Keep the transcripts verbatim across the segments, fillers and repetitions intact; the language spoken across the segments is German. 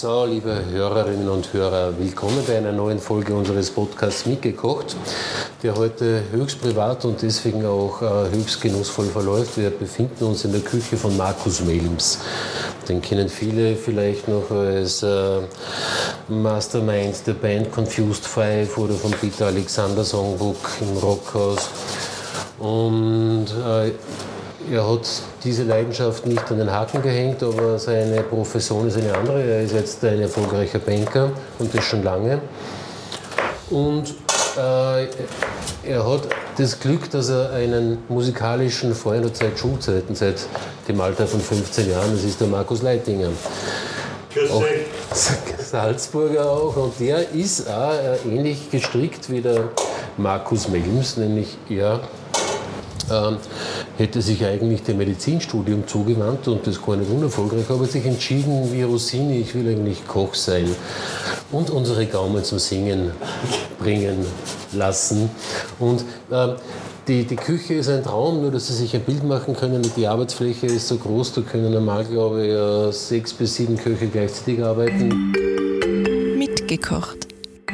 So, liebe Hörerinnen und Hörer, willkommen bei einer neuen Folge unseres Podcasts Mitgekocht, der heute höchst privat und deswegen auch äh, höchst genussvoll verläuft. Wir befinden uns in der Küche von Markus Melms. Den kennen viele vielleicht noch als äh, Mastermind der Band Confused Five oder von Peter Alexander Songbook im Rockhaus. Und äh, er hat diese Leidenschaft nicht an den Haken gehängt, aber seine Profession ist eine andere. Er ist jetzt ein erfolgreicher Banker und das schon lange. Und äh, er hat das Glück, dass er einen musikalischen Freund hat seit Schulzeiten, seit dem Alter von fünfzehn Jahren. Das ist der Markus Leitinger. Auch Salzburger auch. Und der ist auch ähnlich gestrickt wie der Markus Melms, nämlich er ähm, hätte sich eigentlich dem Medizinstudium zugewandt und das gar nicht unerfolgreich, aber sich entschieden, wie Rossini, ich will eigentlich Koch sein und unsere Gaumen zum Singen bringen lassen. Und äh, die, die Küche ist ein Traum, nur dass Sie sich ein Bild machen können. Die Arbeitsfläche ist so groß, da können normal, glaube ich, äh, sechs bis sieben Köche gleichzeitig arbeiten. Mitgekocht.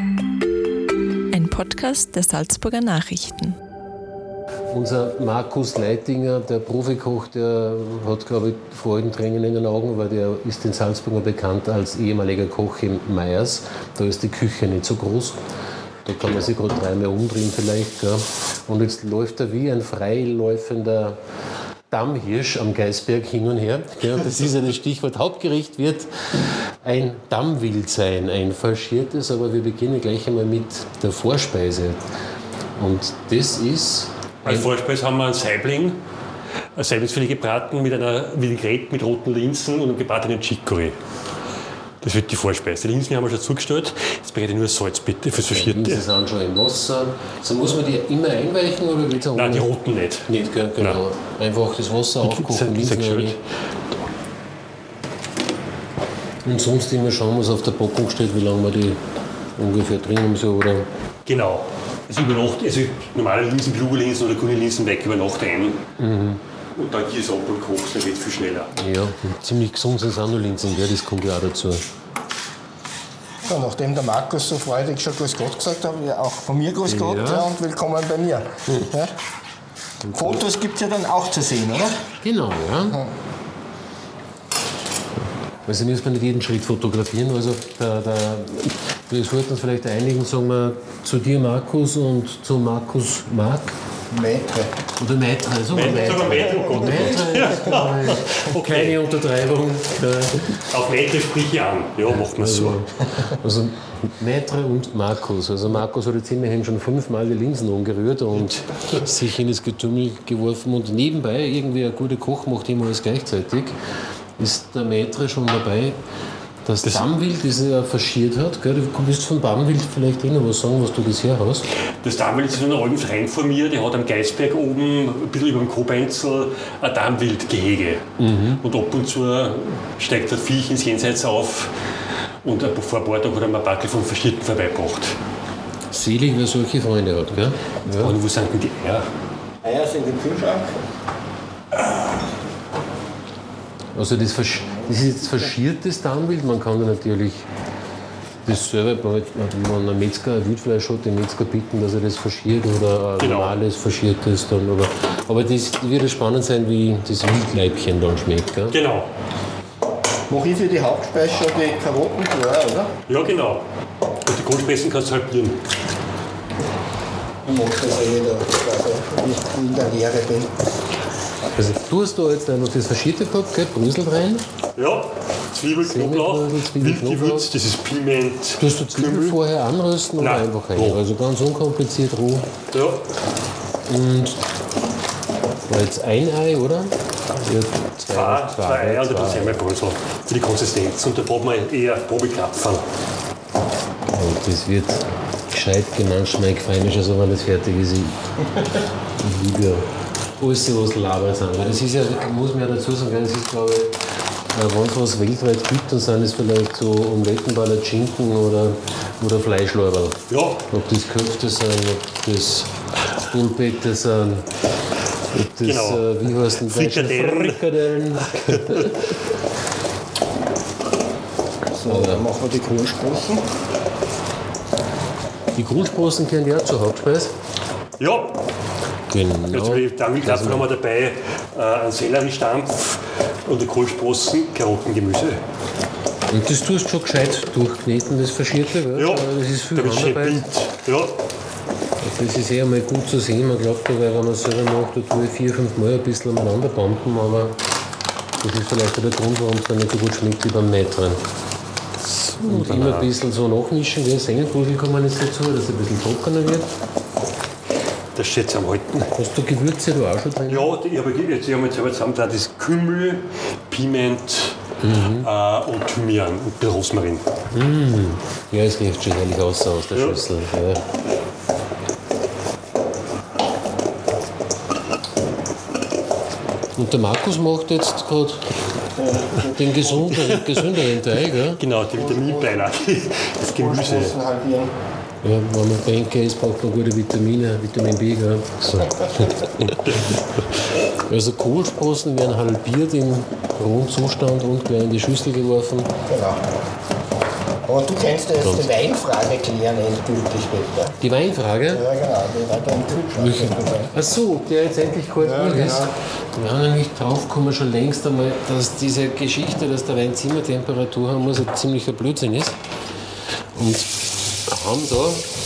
Ein Podcast der Salzburger Nachrichten. Unser Markus Leitinger, der Profikoch, der hat, glaube ich, Freudentränen in den Augen, weil der ist in Salzburg bekannt als ehemaliger Koch im Meyers. Da ist die Küche nicht so groß. Da kann man sich gerade dreimal umdrehen vielleicht. Gell. Und jetzt läuft er wie ein freiläufender Dammhirsch am Geisberg hin und her. Gell. Das ist ja das Stichwort. Hauptgericht wird ein Dammwild sein, ein faschiertes, aber wir beginnen gleich einmal mit der Vorspeise. Und das ist... Als Vorspeise haben wir einen Saibling, ein Saiblingsfilet gebraten mit einer Vinaigrette mit roten Linsen und einem gebratenen Chicorée. Das wird die Vorspeise. Die Linsen haben wir schon zugestellt. Jetzt bereite ich nur Salz bitte fürs Verschierte. Die Linsen sind schon im Wasser. So muss man die immer einweichen oder geht's auch? Nein, die roten nicht. Nicht, gell? Genau. Nein. Einfach das Wasser aufkochen, Linsen rein. Und sonst immer schauen, was auf der Packung steht, wie lange wir die ungefähr drin haben. So, oder? Genau. Also über Nacht, also normale Linsen, kluge Linsen oder grüne Linsen weg über Nacht ein. Mhm. Und dann gehst du ab und kochst, dann geht es viel schneller. Ja, und ziemlich gesund sind es auch noch Linsen, ja, das kommt ja auch dazu. Ja, nachdem der Markus so freudig schon Grüß Gott gesagt hat, ja, auch von mir Grüß Gott, ja. Ja, und willkommen bei mir. Mhm. Ja? Fotos gibt es ja dann auch zu sehen, oder? Genau, ja. ja. Also müssen wir nicht jeden Schritt fotografieren. Also der, der, wir sollten uns vielleicht einigen, sagen wir, zu dir Markus und zu Markus Marc. Maitre. Oder Maitre, so Maitre. Maitre. Okay. Keine Untertreibung. Auf Maitre sprich ich an. Ja, macht man also, so. Also Maitre und Markus. Also Markus hat jetzt immerhin schon fünfmal die Linsen umgerührt und sich in das Getümmel geworfen und nebenbei irgendwie ein guter Koch macht immer alles gleichzeitig. Ist der Maitre schon dabei, das, das Dammwild, das er faschiert hat. Gell? Du bist von Dammwild vielleicht eh noch was sagen, was du das her hast. Das Dammwild ist ein alten Freund von mir, der hat am Geisberg oben, ein bisschen über dem Kobenzl, ein Dammwildgehege. Mhm. Und ab und zu steigt das Viech ins Jenseits auf und vor ein paar Tagen hat er mir ein Backel vom Faschierten vorbeigebracht. Selig, wer solche Freunde hat, gell? Ja. Und wo sind denn die Eier? Eier sind im Kühlschrank. Also das, das ist jetzt faschiertes Dammwild. Man kann natürlich das selber, wenn man einen Metzger ein Wildfleisch hat, den Metzger bitten, dass er das faschiert oder ein genau. normales faschiertes dann. Oder, aber das wird spannend sein, wie das Wildleibchen dann schmeckt. Gell? Genau. Mache ich für die Hauptspeise schon die Karotten klar, oder? Ja, genau. Und die Kohlspeisen kannst du halbieren. Ich mache das ja jeder, weil ich in der Lehre bin. Also du hast da jetzt einfach das Faschierte gehabt, gell? Brösel rein. Ja, Zwiebel, Knoblauch, Wildgewürz, das ist Piment. Tust du Zwiebel Kümmel. vorher anrösten oder Nein, einfach rein? roh. Also ganz unkompliziert roh. Ja. Und war jetzt ein Ei, oder? Ja, zwei, zwei, zwei Eier und dann einmal Brösel für die Konsistenz. Und da braucht man eher Probeklapfen. Und das wird gescheit gemanscht, mein Gefeinisch, also wenn das fertig ist. Ich, ich liebe ja alles, was Laber sind. Weil das ist ja, muss man ja dazu sagen, das ist, glaube ich, wenn es was weltweit gibt, dann sind es vielleicht so Omelettenballer, Schinken oder, oder Fleischlorberl. Ja. Ob das Köfte sind, ob das Pulpette sind, ob das, genau. äh, wie heißt denn Frikadellen. Frikadellen. So, dann machen wir die Kohlsprossen. Die Kohlsprossen gehören ja zur Hauptspeise. Ja, Genau. also die Dangelkrapfen haben wir dabei, äh, einen Selleriestampf und die Kohlsprossen, Karottengemüse. Und das tust du schon gescheit durchkneten, das Faschierte, gell? Ja, Das ist viel damit es schön Handarbeit. bindet. Ja, Das ist eher mal gut zu sehen. Man glaubt, weil wenn man es selber macht, da tue ich vier, fünf Mal ein bisschen umeinander pumpen, aber das ist vielleicht auch der Grund, warum es dann nicht so gut schmeckt wie beim Nettrein. Und immer ein bisschen so nachmischen, gell? Sengelbrügel kommen jetzt dazu, dass es ein bisschen trockener wird. das steht jetzt am Halten. Hast du Gewürze da auch schon drin? Ja, die, ich habe jetzt, ich habe jetzt selber zusammen, das ist Kümmel, Piment Mhm. äh, und Thymian und der Rosmarin. Mhm. Ja, es riecht schon herrlich aus, aus der Ja. Schüssel. Ja. Und der Markus macht jetzt gerade den gesünderen, gesünderen Teig, ja? Genau, die Vitaminbeilage, das Gemüse. Kohlsprossen halbieren. Ja, wenn man Banker ist, braucht man gute Vitamine, Vitamin B. Gell? So. Also Kohlsprossen werden halbiert im rohen Zustand und gleich in die Schüssel geworfen. Genau. Aber du kannst jetzt Sonst. die Weinfrage klären endgültig, Peter. Die Weinfrage. Ja, genau, die war da im Kühlschrank. Ach so, ob der jetzt endlich kalt Ja, ist. genau. Wir haben nämlich draufgekommen schon längst einmal, dass diese Geschichte, dass der Wein Zimmertemperatur haben muss, ein ziemlicher Blödsinn ist. Und haben da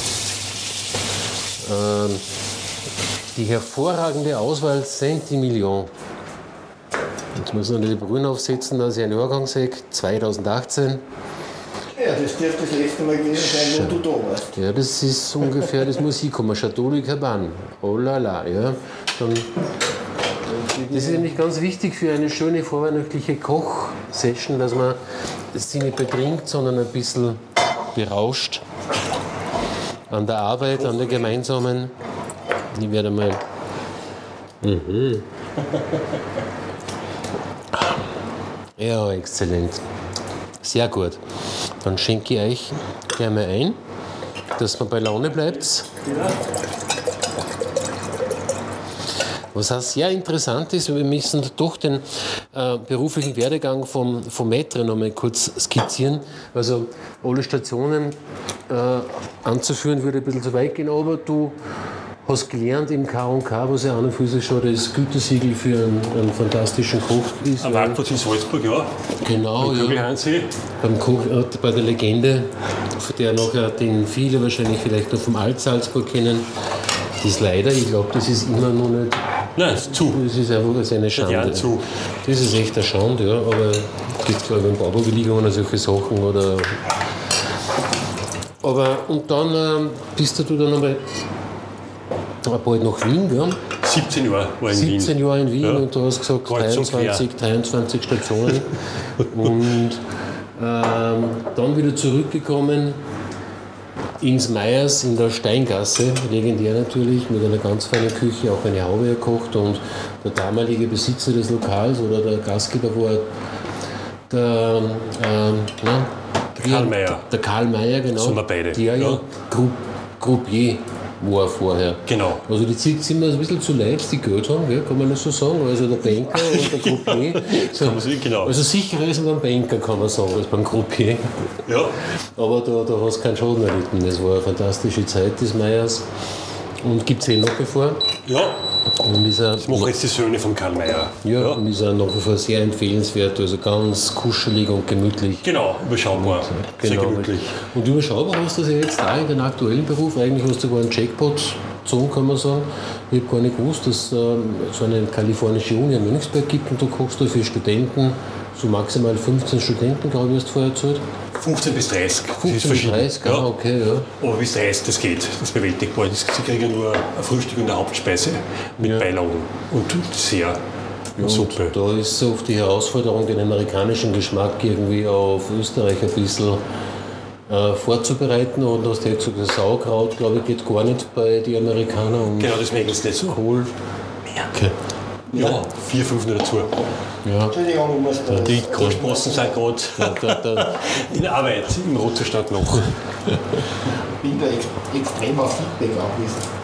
ähm, die hervorragende Auswahl Saint-Emilion. Jetzt muss ich noch die Brühen aufsetzen, dass ich einen Jahrgang sehe, zweitausendachtzehn. Ja, das dürfte das letzte Mal gewesen sein, wo du da warst. Ja, das ist ungefähr das muss hinkommen. Chateau Le Caban. Oh la la, ja. Dann, das ist nämlich ganz wichtig für eine schöne vorweihnachtliche Kochsession, dass man sie nicht betrinkt, sondern ein bisschen berauscht an der Arbeit, an der gemeinsamen. Ich werde mal. Mhm. Ja, exzellent. Sehr gut. Dann schenke ich euch gleich mal ein, dass man bei Laune bleibt. Was auch sehr interessant ist, wir müssen doch den äh, beruflichen Werdegang vom, vom Maître noch mal kurz skizzieren. Also alle Stationen äh, anzuführen würde ein bisschen zu weit gehen, aber du hast gelernt im K und K, was ja an und für sich schon das Gütesiegel für einen, einen fantastischen Koch ist. Am Marktplatz in Salzburg, ja. Genau, Am ja. Kügelhansee. Beim Koch, bei der Legende, von der nachher den viele wahrscheinlich vielleicht noch vom Alt-Salzburg kennen, die ist leider, ich glaube, das ist immer noch nicht. Nein, ist zu. Das ist einfach eine Seit Jahren Schande. zu. Das ist echt eine Schande, ja. Aber es gibt, glaube ich, in Baubewilligungen solche Sachen. Oder aber, und dann ähm, bist du dann einmal bald nach Wien, gell? siebzehn Jahre war ich in Wien. siebzehn Jahre in Wien Ja. und du hast gesagt Kreuz und dreiundzwanzig, dreiundzwanzig Stationen. Und ähm, dann wieder zurückgekommen ins Meyers in der Steingasse, legendär natürlich, mit einer ganz feinen Küche, auch eine Haube erkocht. Und der damalige Besitzer des Lokals oder der Gastgeber war der, ähm, na, Der Karl Mayer. Der Karl Mayer, genau. Sind wir beide, Der ja, ja. Gru Groupier war vorher. Genau. Also die zieht sind mir ein bisschen zu leid, die Geld haben, gell? Kann man nicht so sagen. Also der Banker und der Groupier. So, Kann man sagen, genau. Also sicherer ist beim Banker, kann man sagen, als beim Groupier. Ja. Aber da, da hast du keinen Schaden erlitten. Das war eine fantastische Zeit des Meyers. Und gibt es eh nach wie vor. Ja, Und ist er, das machen jetzt die Söhne von Karl Mayer. ja, und ist er nach wie vor sehr empfehlenswert. Also ganz kuschelig und gemütlich. Genau, überschaubar. Sehr gemütlich. Und überschaubar hast du das ja jetzt auch in deinem aktuellen Beruf. Eigentlich hast du sogar einen Jackpot gezogen, kann man sagen. Ich habe gar nicht gewusst, dass es ähm, so eine kalifornische Uni in Mönchsberg gibt und da kochst du für Studenten, so maximal fünfzehn Studenten, glaube ich, hast du vorher erzählt. fünfzehn bis dreißig. Das ist fünfzehn bis verschieden. dreißig, ah, Ja. okay, ja. Aber bis dreißig, das geht. Das ist bewältigbar. Das- Sie kriegen nur ein Frühstück und eine Hauptspeise mit Ja. Beilagen und Dessert und Suppe. Und da ist so oft die Herausforderung, den amerikanischen Geschmack irgendwie auf Österreich ein bisschen äh, vorzubereiten. Und du hast ja gesagt, das Sauerkraut, glaube ich, geht gar nicht bei den Amerikanern. Und Genau, das merken sie nicht so. Kohl. Okay. Ja, vier, fünf noch dazu. Ja. Entschuldigung, ich muss da. Die Kohlsprossen sind gerade Da, da, in Arbeit im Rotzustand noch. Ich bin da ex extrem auf Feedback angewiesen.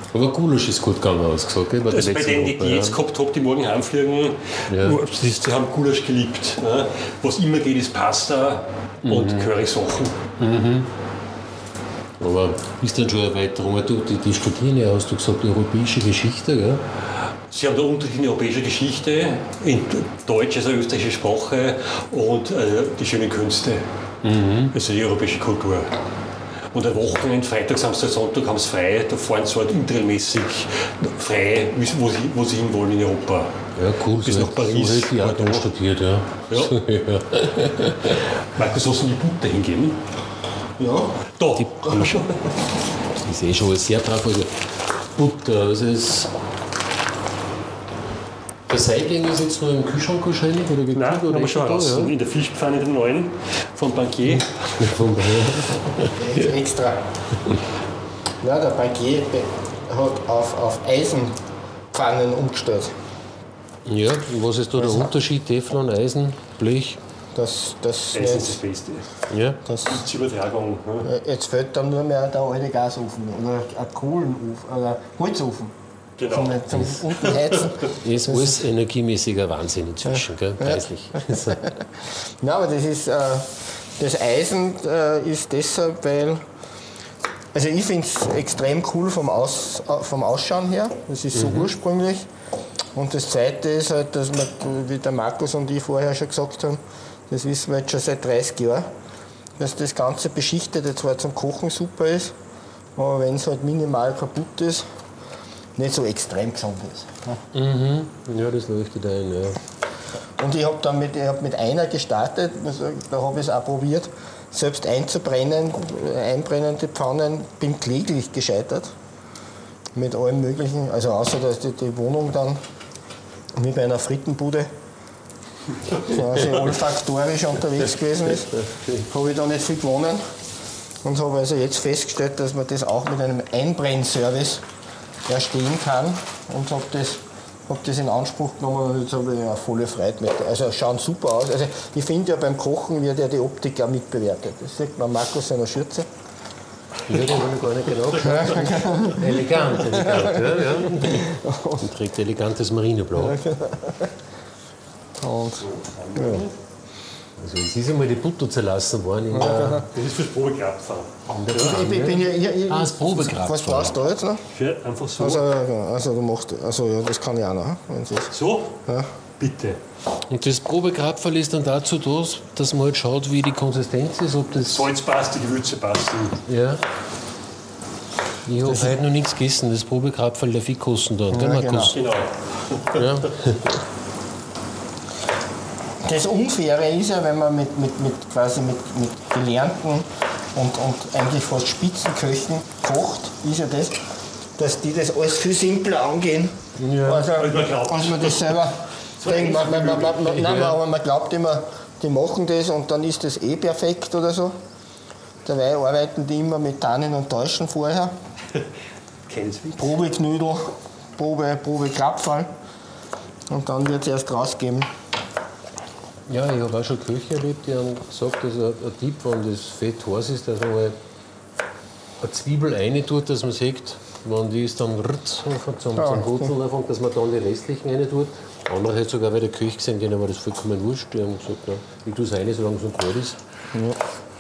Aber Gulasch ist gut gegangen, ausgesagt. Gell? Bei, also bei denen, die ich jetzt gehabt habe, die morgen heimfliegen, ja. die, die haben Gulasch geliebt. Ne? Was immer geht, ist Pasta mhm. und Currysachen. Mhm. Aber ist dann schon eine Erweiterung? Du, die, die studieren ja, hast du gesagt, europäische Geschichte, gell? Sie haben da Unterricht in europäischer Geschichte, in Deutsch, also österreichische Sprache und äh, die schönen Künste, mhm. also die europäische Kultur. Und am Wochenende, Freitag, Samstag, Sonntag haben sie frei, da fahren sie halt interrailmäßig frei, wo sie, wo sie hinwollen in Europa. Ja, cool. Bis so nach Paris. So hätte ich auch da studiert, ja. Ja. So, ja. Markus, hast du die Butter hingeben? Ja. Da. Die, ist eh schon sehr brav. Also Butter, also es der Saibling ist jetzt noch im Kühlschrank wahrscheinlich? Oder gekühlt, Nein, oder haben wir schon raus. Ja? In der Fischpfanne, den neuen, vom Bankier. Ja, extra. Ja, der Bankier hat auf, auf Eisenpfannen umgestellt. Ja, und was ist da der Unterschied? Teflon, Eisen, Blech? Das, das, Eisen ist das Beste. Ja. Das, die Übertragung. Ne? Jetzt fehlt dann nur mehr der alte Gasofen oder ein Kohlenofen oder Holzofen. Genau. Zum, zum unten heizen. Ist alles energiemäßiger Wahnsinn inzwischen, gell? Preislich. Nein, aber das ist, äh, das Eisen äh, ist deshalb, weil, also ich finde es extrem cool vom, Aus, vom Ausschauen her, das ist so mhm. ursprünglich. Und das Zweite ist halt, dass man, wie der Markus und ich vorher schon gesagt haben, das wissen wir jetzt schon seit dreißig Jahren, dass das ganze Beschichtete zwar zum Kochen super ist, aber wenn es halt minimal kaputt ist, nicht so extrem gesund ist. Ja, mhm. ja das leuchtet ein. Ja. Und ich habe dann mit, ich hab mit einer gestartet, also da habe ich es auch probiert, selbst einzubrennen, einbrennende Pfannen, bin kläglich gescheitert. Mit allem Möglichen, also außer dass die, die Wohnung dann wie bei einer Frittenbude quasi olfaktorisch unterwegs gewesen ist, habe ich da nicht viel gewonnen und habe also jetzt festgestellt, dass man das auch mit einem Einbrennservice erstehen kann und habe das, hab das in Anspruch genommen und jetzt habe ich eine volle Freude mit. Also es schaut super aus. Also ich finde ja beim Kochen wird ja die Optik auch mitbewertet. Das sieht man Markus seiner Schürze. Ja, den habe ich gar nicht genau geschaut. Elegant, elegant, ja, ja. Und trägt elegantes Marineblau. Und, ja. Also es ist einmal die Butter zerlassen worden in der... Das ist fürs Probekrapfen. Ich, ich bin ja, ich, ich, ah, das Probekrapfen. Was brauchst du da jetzt noch? Für einfach so. Also, also, du machst, also ja, das kann ich auch noch. Wenn es ist. So? Ja. Bitte. Und das Probekrapfen ist dann dazu da, dass man halt schaut, wie die Konsistenz ist, ob das... Salz passt, die Gewürze passen. Ja. Ich habe heute noch nichts gegessen, das Probekrapfen darf ich kosten dann, gell, Ja, Markus? Genau. Ja. Das Unfaire ist ja, wenn man mit, mit, mit, quasi mit, mit gelernten und, und eigentlich fast Spitzenköchen kocht, ist ja das, dass die das alles viel simpler angehen. Ja. Also, Als man glaubt. als man das selber denkt. Man, man, man, man, man, nein, aber man glaubt immer, die machen das und dann ist das eh perfekt oder so. Dabei arbeiten die immer mit Tannen und Täuschen vorher. Kennst du? Probeknödel, Probe, Probekrapferl und dann wird es erst rausgeben. Ja, ich habe auch schon Köche erlebt, die haben gesagt, dass ein, ein Tipp, wenn das Fett heiß ist, dass man halt eine Zwiebel rein tut, dass man sieht, wenn die ist dann rrrt, zum, Ja. zum Wurzeln anfängt, dass man dann die restlichen rein tut. Andere hat sogar bei der Köche gesehen, denen war das vollkommen wurscht. Die haben gesagt, ja, ich tue es rein, solange es noch kalt ist. Ja.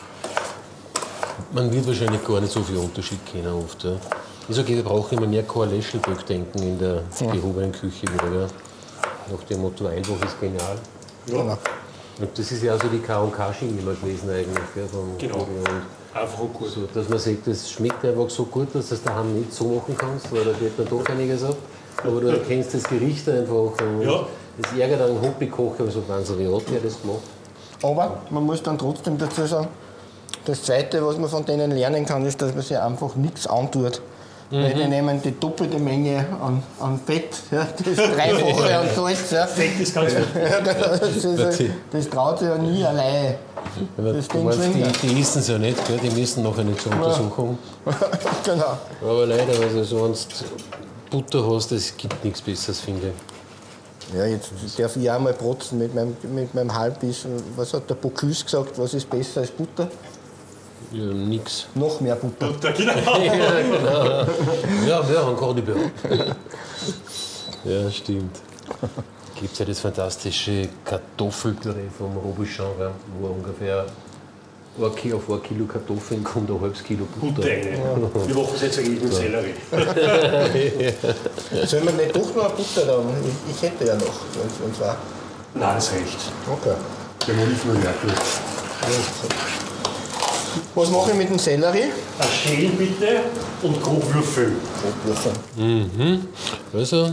Man wird wahrscheinlich gar nicht so viel Unterschied kennen oft. Ja. Ich sage, wir brauchen immer mehr Karl-Leschelböck-Denken in der Ja. gehobenen Küche wieder. Ja. Nach dem Motto, einfach ist genial. Genau. Und das ist ja auch so die K und K-Chemie immer gewesen eigentlich. Gell, vom Genau. und Einfach und gut. so, dass man sagt, das schmeckt einfach so gut, dass du es daheim nicht so machen kannst, weil da geht dann doch einiges ab. Aber du erkennst das Gericht einfach. Und Ja. das ärgert einen Hobbykocher, also Wahnsinn, wie hat der das gemacht? Aber man muss dann trotzdem dazu sagen, das Zweite, was man von denen lernen kann, ist, dass man sich einfach nichts antut. Mhm. Weil die nehmen die doppelte Menge an, an Fett, ja, das Dreifache an Salz. Ja. Fett ist ganz wichtig. Ja, das, ist, das traut sich ja nie allein. Ja, Das du Ding meinst, schwingt. die, die essen es ja nicht, gell? Die müssen nachher nicht zur Untersuchung. Genau. Aber leider, also so wenn du Butter hast, es gibt nichts Besseres, finde ich. Ja, jetzt darf ich auch mal protzen mit meinem, mit meinem Halbwissen. Was hat der Bocuse gesagt, was ist besser als Butter? Ja, nix. Noch mehr Butter. Butter, genau. Ja, genau. Ja, wir haben encore du Beurre. Ja, stimmt. Gibt es ja das fantastische Kartoffelpüree vom Robuchon, wo ungefähr ein Kilo, auf ein Kilo Kartoffeln kommt ein halbes Kilo Butter. Butter rein. Wir machen es jetzt eigentlich mit Sellerie. Sollen wir nicht doch noch eine Butter da haben? Ich, ich hätte ja noch, und zwar. Nein, das reicht. Okay. Wir haben Olivenöl hergeholt. Was mache ich mit dem Sellerie? Ein Schälen bitte und grob würfeln. Mhm. Also,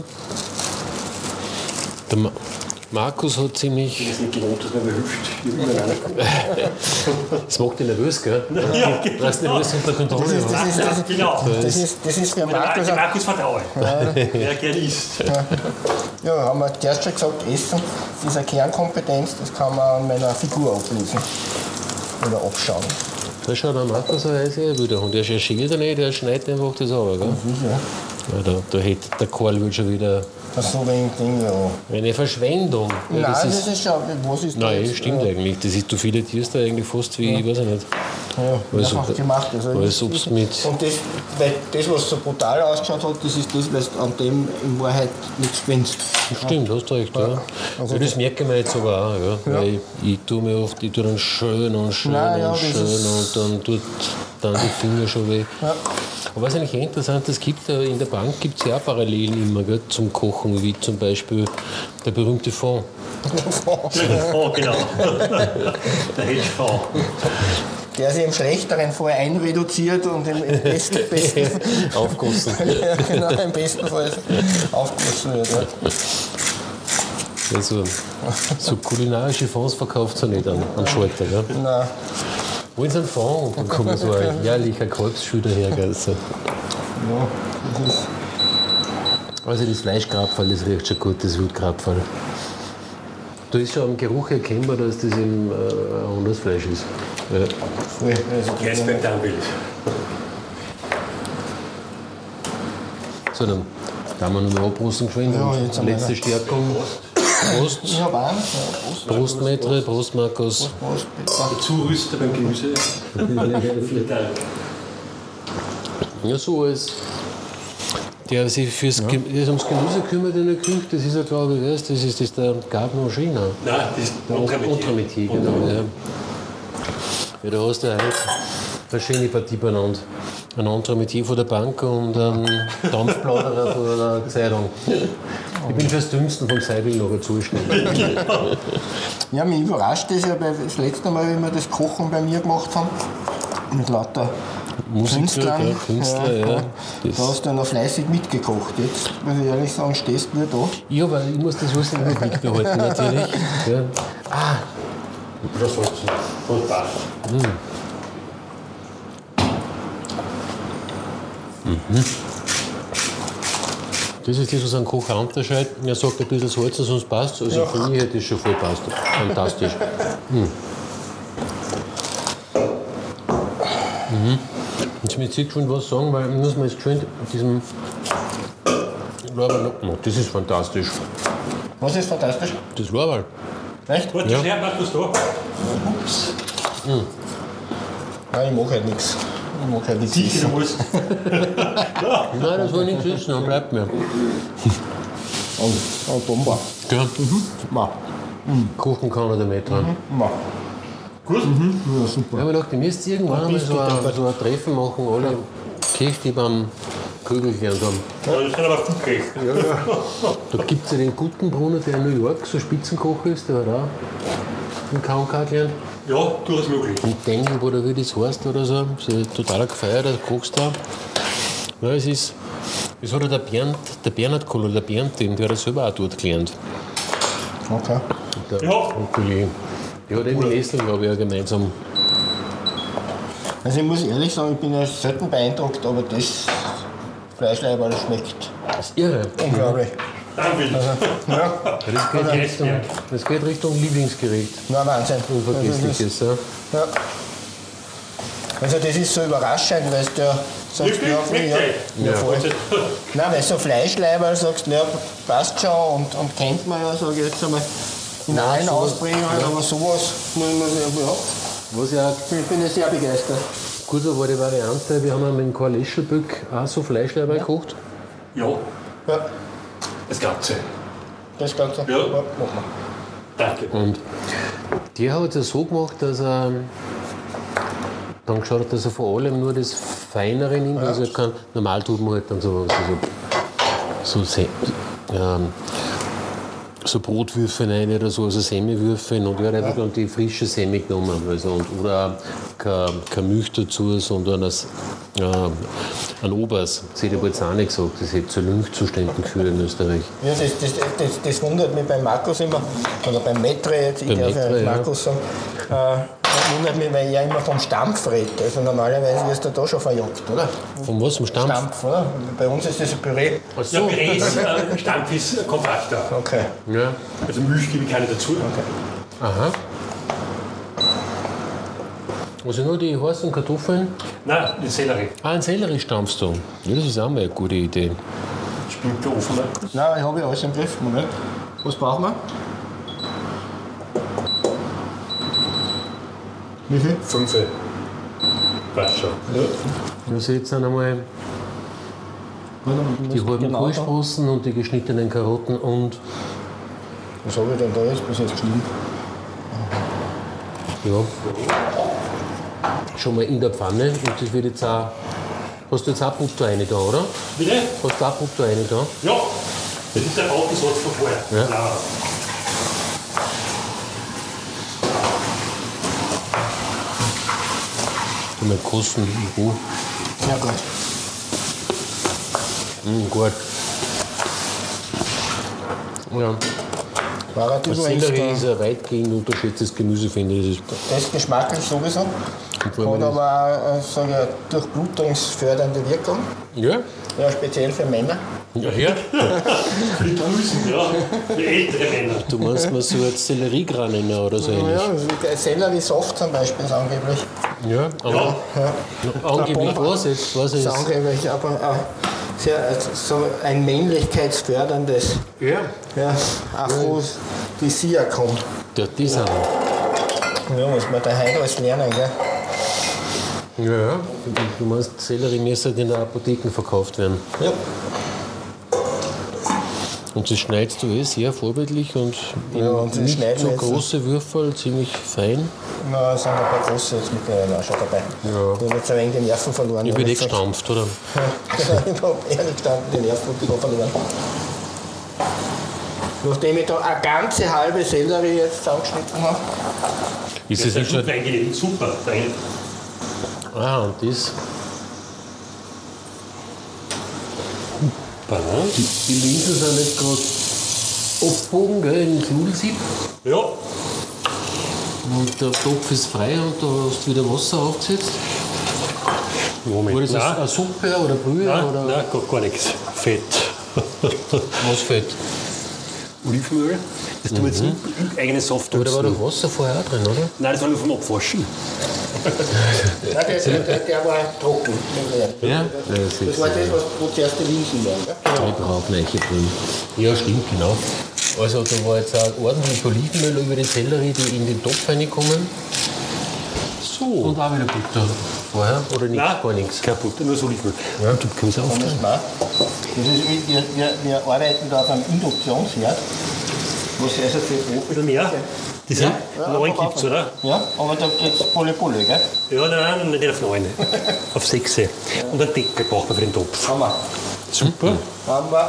der Ma Markus hat ziemlich. Ich bin nicht gewohnt, dass man mir hilft. Das macht dich nervös, gell? Ja, genau. Du hast nervös unter Kontrolle. Das ist, das ist, das Ja, ist, genau. das ist, das ist für Markus. Markus, Markus vertraue. Wer gerne isst. Ja, haben wir zuerst schon gesagt, Essen ist eine Kernkompetenz, das kann man an meiner Figur ablesen. Oder abschauen. Da schaut der Markus ein sehr wieder. Und der schält er nicht, der schneidet einfach das ab, gell? Sicher. Ja, da, da hätte der Karl wohl schon wieder Das so wenig Dinge, ja. eine Verschwendung. Ja, Nein, das das ist, ist schon, was ist nein, das? stimmt ja. eigentlich. Das ist, du filetierst da eigentlich fast wie, ich weiß ich nicht. Ja, Also, mehrfach gemacht. Also als ob's ich- mit- Und das, weil das, was so brutal ausgeschaut hat, das ist das, weil du an dem in Wahrheit nichts gewinnst. Stimmt, hast du recht, ja. Also ja, das merke ich mir jetzt aber auch, ja. Ja. Weil ich, ich tue mir oft, ich tue dann schön und schön Nein, ja, und das schön ist- und dann tut dann die Finger schon weh. Ja. Aber was eigentlich interessant, es gibt ja in der Bank gibt es ja auch Parallelen immer gell, zum Kochen, wie zum Beispiel der berühmte Fond. Oh, genau. Der Hedgefonds. Der sich im schlechteren Fall einreduziert und im, im besten, besten Aufgossen. ja, genau, im besten Fall aufgegossen wird. Ja. Also, so kulinarische Fonds verkauft es ja nicht an, an Schalter. Gell? Nein. Wollen Sie einen Fond? Und dann kommt so ein jährlicher Kalbschuh daher. Gell? So. Ja, das ist, Also das Fleischgrabfall, das riecht schon gut, das Wildgrabfall. Da ist schon am Geruch erkennbar, dass das eben äh, ein anderes Fleisch ist. Ja. voll. Also, Geisberg der Anwalt. So, dann kann man nur abrusten geschwind. Ja, und jetzt haben wir letzte noch- Stärkung. Prost. ich habe einen. Ja, Prost. Prost, Maitre, Prost, Markus. Prost, bitte. Zurüster beim Gemüse. Vielen Dank. Ja, so als der sich fürs ja. Gem ums Gemüse kümmert in der Küche, das ist ja, glaube ich, das ist das der Gardner China. Nein, das ist Der Entremetier, genau. Ja. Ja, da hast du halt eine schöne Partie beieinander. Ein Entremetier von der Bank und ein Dampfplauderer von der Zeitung. Ich bin fürs Dümmsten vom Seidel noch zuständig. Ja, mich überrascht das ja, weil das letzte Mal, wie wir das Kochen bei mir gemacht haben, mit lauter Musiker, Künstlern, ja, Künstler, ja. da Das- hast du ja noch fleißig mitgekocht. Jetzt, muss ich ehrlich sagen, stehst du nur da. Ja, weil ich muss das alles in der Blick behalten, natürlich. Ja. Ah, Das soll's. Und passt. das ist das, was ein Koch unterscheidet. Er sagt ein bisschen Salz, sonst passt es. Also Ja. für mich hätte es schon voll passt. Fantastisch. Mhm. Mhm. Jetzt muss ich schon was sagen, weil ich muss mir jetzt geschwind diesem Lorbeer, oh, das ist fantastisch. Was ist fantastisch? Das Lorbeer. Echt? Warte, Ja. schnell, Markus, da. Nein, ich mache halt nichts. Ich mache halt nichts. Sicher, essen. du musst. Nein, das soll nichts wissen, dann bleibt mir. Und, und Bomber. Ja. Ma. Kochen kann er damit dran. Ma. Gut. Ja, super. Ich habe mir gedacht, ihr müsst irgendwann einmal so ein, so ein Treffen machen, alle Kirche, die beim Kögel gelernt haben. Ja, das kann aber gut gehen. Da gibt es ja den guten Brunner, der in New York so Spitzenkoch ist, der hat auch im K und K gelernt. Ja, durchaus möglich. Im Dengel, wo der wie das heißt oder so. So ein totaler gefeierter Kochstar. Ja, es ist, das hat ja der Bernd, der Bernhard Kohl oder der Bernd, den, der hat er selber auch dort gelernt. Okay. Der, Ja. und die, die hat eben in Essel, glaube ich, auch gemeinsam. Also ich muss ehrlich sagen, ich bin ja selten beeindruckt, aber das Fleischleiberl schmeckt Das ist irre. unglaublich. Anwalt. Ja, Ja, das, geht Richtung, das geht Richtung Lieblingsgericht. na Wahnsinn. Unvergessliches. Ja. Ja. Also das ist so überraschend, weil du ja sagst, Wirklich? ja, Schmeckt ja, dir? ja, voll. Nein, weil so Fleischleiberl sagst, ja, passt schon und, und kennt man ja, sage ich jetzt einmal, in allen sowas- Ausprägungen, aber sowas muss man sagen, ja, Was ja Ich bin ja sehr begeistert. gut war die Variante, wir haben ja mit dem Karl Eschelböck auch so Fleischleiber Ja. gekocht. Ja, Ja, das Ganze. das Ganze. Ja. machen wir. Danke. Und der hat es so gemacht, dass er dann geschaut hat, dass er vor allem nur das Feinere nimmt. Also er kann, normal tut man halt dann so, so, so, so, ähm, so Brotwürfel rein oder so, also Semmelwürfel. Und er hat einfach dann die frische Semmel genommen. Also, und, oder auch kein, kein Milch dazu, sondern das, äh, ein Obers. Das hätte ich aber jetzt auch nicht gesagt. Das hätte zu Lynchzuständen geführt in Österreich. Ja, das, das, das, das wundert mich beim Markus immer, oder beim Metre jetzt, ich Beim darf ja Metre, nicht ja. Markus sagen, äh, das wundert mich, weil ich ja immer vom Stampf rede. Also normalerweise wirst du da schon verjagt, oder? Von was? Vom Stampf? Stampf, oder? Bei uns ist das ein Püree. Ja, Püree ist, äh, Stampf ist kompakter. Okay. Ja. Also Milch gebe ich keine dazu. Aha. Also nur die heißen Kartoffeln. Nein, den Sellerie. Ah, ein Sellerie stampfst du. Ja, das ist auch mal eine gute Idee. Spült der Ofen. Nein, ich habe ja alles im Griff. Moment. Was brauchen wir? Wie viel? Fünf. Passt schon. Also jetzt sind einmal die halben genau Kohlsprossen und die geschnittenen Karotten und Was habe ich denn da jetzt bis jetzt geschrieben? ja, schon mal in der Pfanne. Und das wird jetzt auch. Hast du jetzt auch Butter rein da, oder? Bitte? Hast du auch Butter rein da? Ja. Das ist der Hauptsatz von vorher. Ja. Klar. Mal kosten. Uh, Ja gut. mm, gut. Ja. War er Das übrigens Sellerie ist da, ein weitgehend unterschätztes Gemüse, finde ich. Das ist das geschmacklich sowieso. vor allem Hat aber auch äh, sag ich, eine durchblutungsfördernde Wirkung. ja? Ja, speziell für Männer. Ja, ja. Für die Drüsen, ja. Für ältere Männer. Du meinst mal so als Selleriegranen oder so ähnlich? Ja, Sellerie-Saft zum Beispiel ist angeblich. Ja, aber Ja. angeblich Bombe. was jetzt? Was Ist ist? angeblich aber auch sehr, äh, so ein männlichkeitsförderndes Ja. ja, Aphrodisiakum. Ja, die sind. Ja, muss man da heute alles lernen, gell? Ja, ja. Du meinst, Sellerie müsste in der Apotheke verkauft werden. Ja. Und das schneidest du eh sehr vorbildlich und in Ja, und das nicht schneiden so wir jetzt- große Würfel, ziemlich fein. Na, es sind ein paar große jetzt mittlerweile auch schon dabei. Ja. Ich habe jetzt ein wenig die Nerven verloren. Ich weil bin eh ich sag- gestampft, oder? ich habe ehrlich gestanden die Nerven und die noch verloren. Nachdem ich da eine ganze halbe Sellerie jetzt zusammengeschnitten habe. Ist Das es ist nicht gut schon? reingelegt. Super. Rein- Ah, und das. Balance. Die Linsen sind jetzt gerade abgebogen, gell, in den Nudelsieb. Ja. Und der Topf ist frei und da hast du wieder Wasser aufgesetzt. Moment. War das Nein. eine Suppe oder Brühe? Nein, oder nein, gar, gar nichts. Fett. was fehlt? Olivenöl. Das tun wir jetzt im eigenen Saft Aber da war dazu. doch Wasser vorher auch drin, oder? Nein, das war nur vom Abwaschen. Nein, der, der, der, der war trocken. Ja. Das war das, was, wo zuerst die Linsen waren. Gell? Ich brauche Neiche drin. Ja, stimmt, genau. Also da war jetzt auch ordentlich Olivenöl über die Sellerie, die in den Topf reinkommen. So. Und auch wieder Butter. Vorher? Oder nichts? Nein, Gar nichts. Kein Butter, nur das Olivenöl. Ja. Du kannst Das auf. ist mal. Das ist, wie- wir, wir, wir arbeiten da auf einem Induktionsherd. Was also für Ein bisschen mehr. Die sind Ja, neun aber gibt es, oder? Ja, aber da geht es Pulle Pulle, gell? Ja, nein, nein, nicht auf neun. Auf sechs. Und einen Deckel braucht man für den Topf. Haben wir. Super. Haben wir.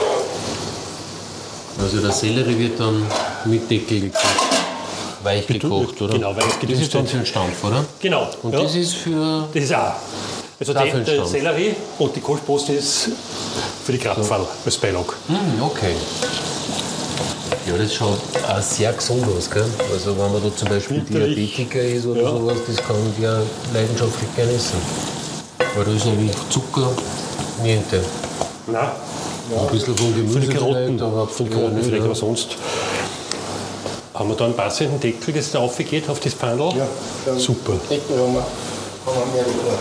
Also der Sellerie wird dann mit Deckel gekocht. Weich gekocht, oder? Genau, weich Das ist dann gedünstet. für den Stampf, oder? Genau. Und ja. das ist für. Das ist auch. Also Dafür der, der Stampf. Sellerie und die Kohlsprosse ist für die Krapferl als Beilage. Hm, okay. Ja, das schaut auch sehr gesund aus, gell? Also wenn man da zum Beispiel Winterlich. Diabetiker ist oder Ja. sowas, das kann der leidenschaftlich gerne essen. Weil da ist nämlich Zucker, niente. Nein, Ein bisschen von Gemüse für die Karotten, vielleicht, aber von ja, Karotten nicht, vielleicht, ja. aber sonst. Haben wir da einen passenden Deckel, das da aufgeht auf das Pfannel? Ja, dann Super. Deckel haben wir. Haben wir mehr wieder.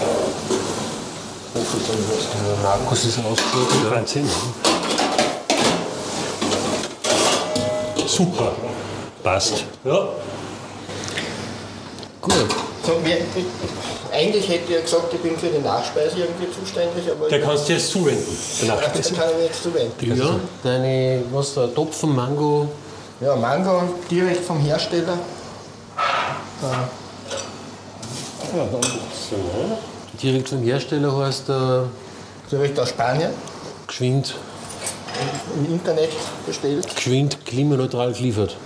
Der Markus ist ausgerufen. Ja. Wahnsinn. Super. Passt. Ja. Gut. So, wir, eigentlich hätte ich ja gesagt, ich bin für die Nachspeise irgendwie zuständig. Aber Der kannst du jetzt zuwenden, der ja, Nachspeise. das kann ich mir jetzt zuwenden. Ja, deine, was da, Topfen, Mango. Ja, Mango direkt vom Hersteller. Da. Ja, dann So. Direkt vom Hersteller heißt äh, direkt aus Spanien geschwind, im Internet bestellt. geschwind klimaneutral geliefert.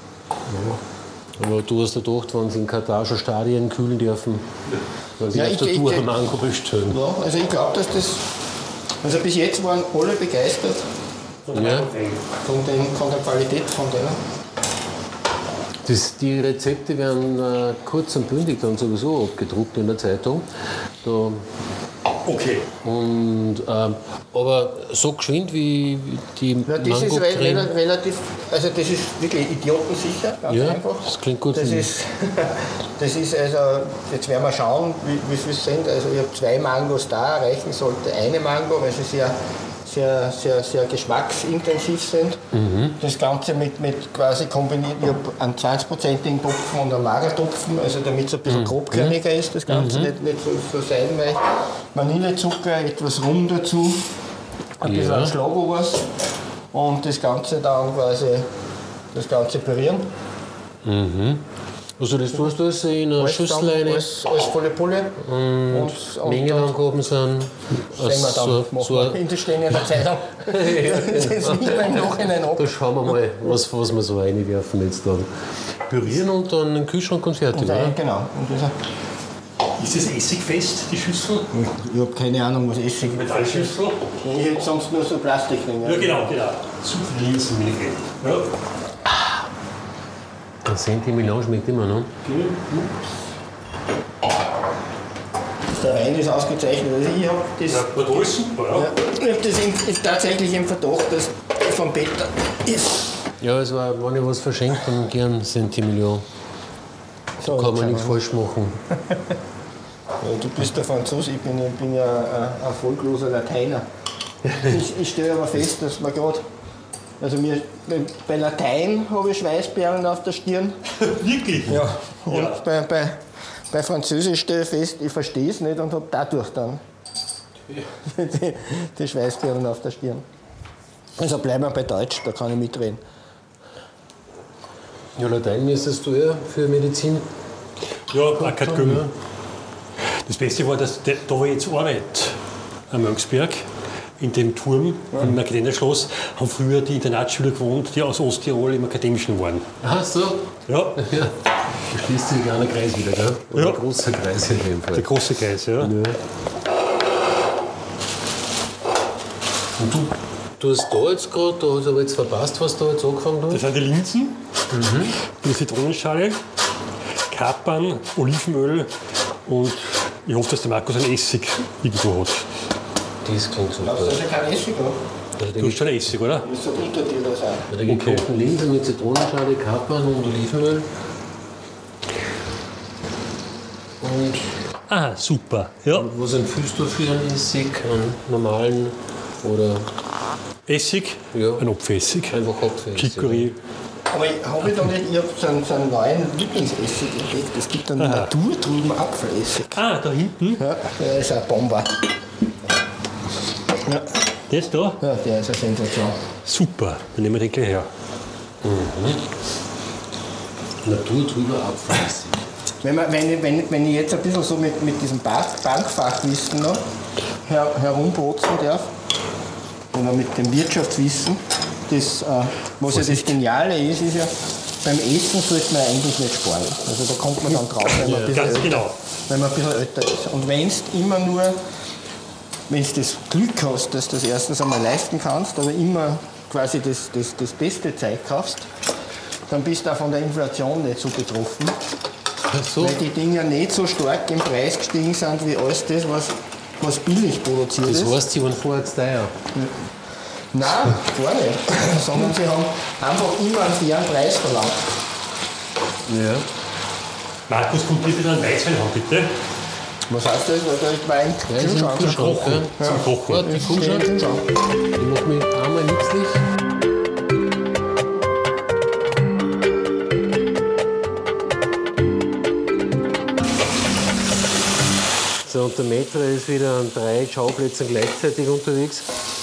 Aber du hast ja gedacht, wenn sie in Katar schon Stadien kühlen dürfen, weil sie Ja, auf ich- der ich- Tour ich- am Mango bestellen. Ja, also ich glaube, dass das. Also bis jetzt waren alle begeistert Ja. von, den, von der Qualität von denen. Das, die Rezepte werden äh, kurz und bündig dann sowieso abgedruckt in der Zeitung. Da, Okay. und, ähm, aber so geschwind wie die Ja, das ist re Mango-Creme. rela- relativ, also das ist wirklich idiotensicher, ganz Ja, einfach. das klingt gut. Das für mich. ist, das ist also, jetzt werden wir schauen, wie, wie viel es sind. Also ich habe zwei Mangos da, reichen sollte eine Mango, weil sie sehr, sehr, sehr, sehr geschmacksintensiv sind. Mhm. Das Ganze mit, mit quasi kombiniert, ich habe einen zwanzig-prozentigen Topfen und einen Magertopfen, also damit es ein Mhm. bisschen grobkörniger ist, das Ganze nicht, nicht so, so seidenweich. Vanillezucker, etwas Rum dazu, ein bisschen Ja. ein Schlagobers und das Ganze dann quasi, das Ganze pürieren. Also das tust du alles in einer Alles Schüssel dann, rein alles, alles volle Pulle. Und, und Mengenangaben sind. dann sehen wir dann, so, machen so, wir in der Stehen in der Zeitung. Das nicht mehr im Nachhinein ab. da schauen wir mal, was, was wir so reinwerfen jetzt dann. Pürieren und dann in den Kühlschrank und fertig, Und oder? ein, genau. Und das, Ist das essigfest, die Schüssel? ich habe keine Ahnung, was Essig ist. Metallschüssel? Ich hätte sonst nur so Plastikdinger. Ja, genau, genau. Zu viel Linsen, ja. Ein Senti-Melange schmeckt immer noch. Der Wein ist ausgezeichnet. Also ich habe das, Ja, war alles super, ja. ja, ich hab das im, ist tatsächlich im Verdacht, dass das von Peter ist. Ja, es war, wenn ich was verschenkt, dann gern Senti-Melange. So, Kann jetzt man schauen nichts wir. falsch machen. Ja, du bist der Franzose, ich bin, ich bin ja ein erfolgloser Lateiner. Ich, ich stelle aber fest, dass man gerade. Also mir, bei- bei Latein habe ich Schweißperlen auf der Stirn. Wirklich? Ja. Und Ja. Bei, bei, bei Französisch stelle ich fest, ich verstehe es nicht und habe dadurch dann die, die Schweißperlen auf der Stirn. Also bleiben wir bei Deutsch, da kann ich mitreden. Ja, Latein müsstest du ja für Medizin. Ja, Akademie. Ja. Das Beste war, dass der, da wo ich jetzt arbeite, am Möngsberg, in dem Turm, im Magdalenerschloss, haben früher die Internatsschüler gewohnt, die aus Osttirol im Akademischen waren. Ach so. Ja, Ja. Da schließt sich ein kleiner Kreis wieder, gell? Oder Ja. ein großer Kreis in dem Fall. der große Kreis, ja. Ja. Und du, du hast da jetzt gerade, da hast du aber jetzt verpasst, was du jetzt angefangen hast. Das sind die Linsen, die Zitronenschale, Kapern, Olivenöl und ich hoffe, dass der Markus einen Essig irgendwo hat. Das klingt super. Glaubst du, dass ich kein Essig habe? Also Du hast schon Essig, oder? Das ist ein Untertitel sein. Bei der gekochten Linse mit Zitronenschale, Kapern und Olivenöl. Und Ah, super. Ja. was empfiehlst du für einen Essig? Einen normalen oder Essig, Ja. ein Apfelessig, einfach Apfelessig? Chicorée. Aber ich habe da nicht, ich habe so einen, so einen neuen Lieblingsessig entdeckt. Es gibt einen naturtrüben Apfelessig. Ah, da hinten, Ja, der ist ein Bomber. Ja, das da, ja, der ist eine Sensation. super. Dann nehmen wir den gleich her. Naturtrüber Apfelessig. Wenn, man, wenn, ich, wenn, wenn ich jetzt ein bisschen so mit, mit diesem Bank Bankfachwissen noch her, herumbotzen darf, oder mit dem Wirtschaftswissen, das, äh, was ja das Geniale ist, ist ja, beim Essen sollte man eigentlich nicht sparen. Also da kommt man dann drauf, wenn man, ein, bisschen Ganz älter, genau. wenn man ein bisschen älter ist. Und wenn du immer nur, wenn du das Glück hast, dass du das erstens einmal leisten kannst, aber immer quasi das, das, das beste Zeug kaufst, dann bist du auch von der Inflation nicht so betroffen. Ach so. Weil die Dinger nicht so stark im Preis gestiegen sind wie alles das, was, was billig produziert Das ist. heißt, sie waren vorher zu teuer. Nein, gar nicht. Sondern sie haben einfach immer einen fairen Preis verlangt. Ja. Markus, kommt dir bitte einen Weißwein haben, bitte? Was heißt das? Weil da ist Wein Ja, ist im Kühlschrank, gell? Zum Kochen. Warte, die Kuh schon. Ich mach mich einmal nützlich. So, und der Maitre ist wieder an drei Schauplätzen gleichzeitig unterwegs.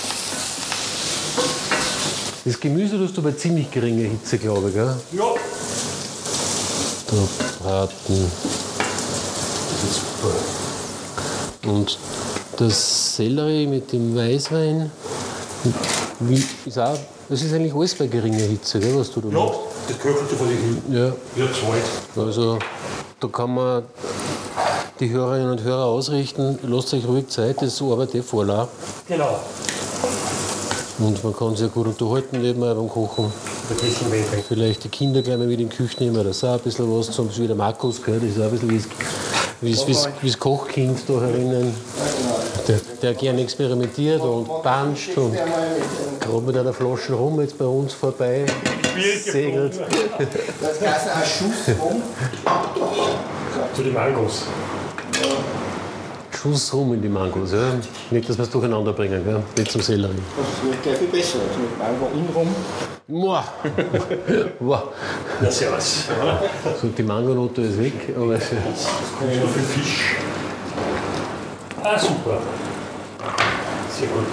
Das Gemüse tust du bei ziemlich geringer Hitze, glaube ich, gell? Ja. Da braten. Das ist super. Und das Sellerie mit dem Weißwein, wie, ist auch, das ist eigentlich alles bei geringer Hitze, gell, was du da Ja, machst. das köchelte vor die Hin. Ja, Ja, zweit. also da kann man die Hörerinnen und Hörer ausrichten, lasst euch ruhig Zeit, das arbeitet eh voll auch. Genau. Und man kann sich gut unterhalten nebenbei beim Kochen. Ein bisschen Wein. Vielleicht die Kinder gleich mal mit in die Küche nehmen, das ist auch ein bisschen was, zum Beispiel wie der Markus, gell, das ist auch ein bisschen wie das, wie das, wie das, wie das Kochkind da herinnen, der, der gerne experimentiert und puncht und gerade mit einer Flasche rum jetzt bei uns vorbei segelt. Das heißt ein Schuss rum. Zu den Mangos. Schuss rum in die Mangos, ja. Nicht, dass wir es durcheinander bringen, gell? Nicht zum Sellerie. Das wird gleich viel besser. Also mit Mango innen rum. Wow. Wow. Na, servus. So, die Mangonote ist weg, aber So viel Fisch. Ah, super. Sehr gut.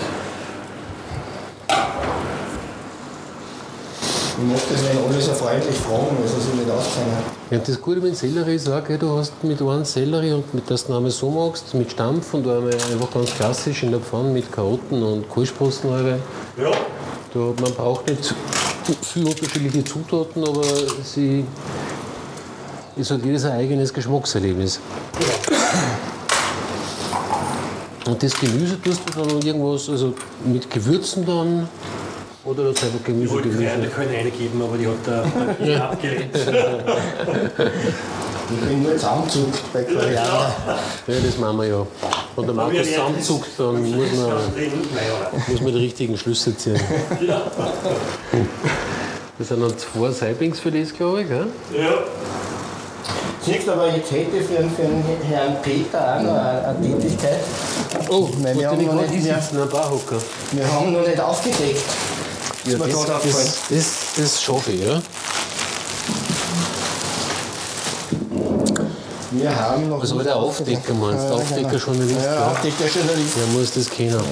Ich mag das, wenn alle so freundlich fragen, also sie nicht auskennen. ja, das Gute mit dem Sellerie ist auch, gell, du hast mit einem Sellerie und mit das du einmal so machst, mit Stampf und einmal einfach ganz klassisch in der Pfanne mit Karotten und Kohlsprossen. Ja. Da, man braucht nicht viele unterschiedliche Zutaten, aber sie ist halt jedes ein eigenes Geschmackserlebnis. Und das Gemüse tust du dann noch irgendwas, also mit Gewürzen dann? Oder das einfach Gemüse, Ich wollte Gemüse? eine können reingeben, aber die hat da ja. abgelehnt. Ich bin nur zusammengezuckt bei Koreaner. Ja, das machen wir ja. Wenn der Markus zusammenzuckt, dann muss man, muss man die richtigen Schlüsse ziehen. Das sind dann zwei Saiblingsfilets, glaube ich. Gell? Ja. Siehst du, aber jetzt hätte ich für, für den Herrn Peter auch noch eine, eine Tätigkeit. Oh, Weil wir, haben noch nicht, wir, sitzen, ein Barhocker. wir haben noch nicht aufgedeckt. Ja, mir das, gerade das, auffällt. das, das schaffe ich, ja. Wir haben noch Also nicht der aufgedeckt. Aufdecker meinst du? Ja, Aufdecker genau. Journalist, Ja, ja. Aufdecker Journalist. Der muss das kennen.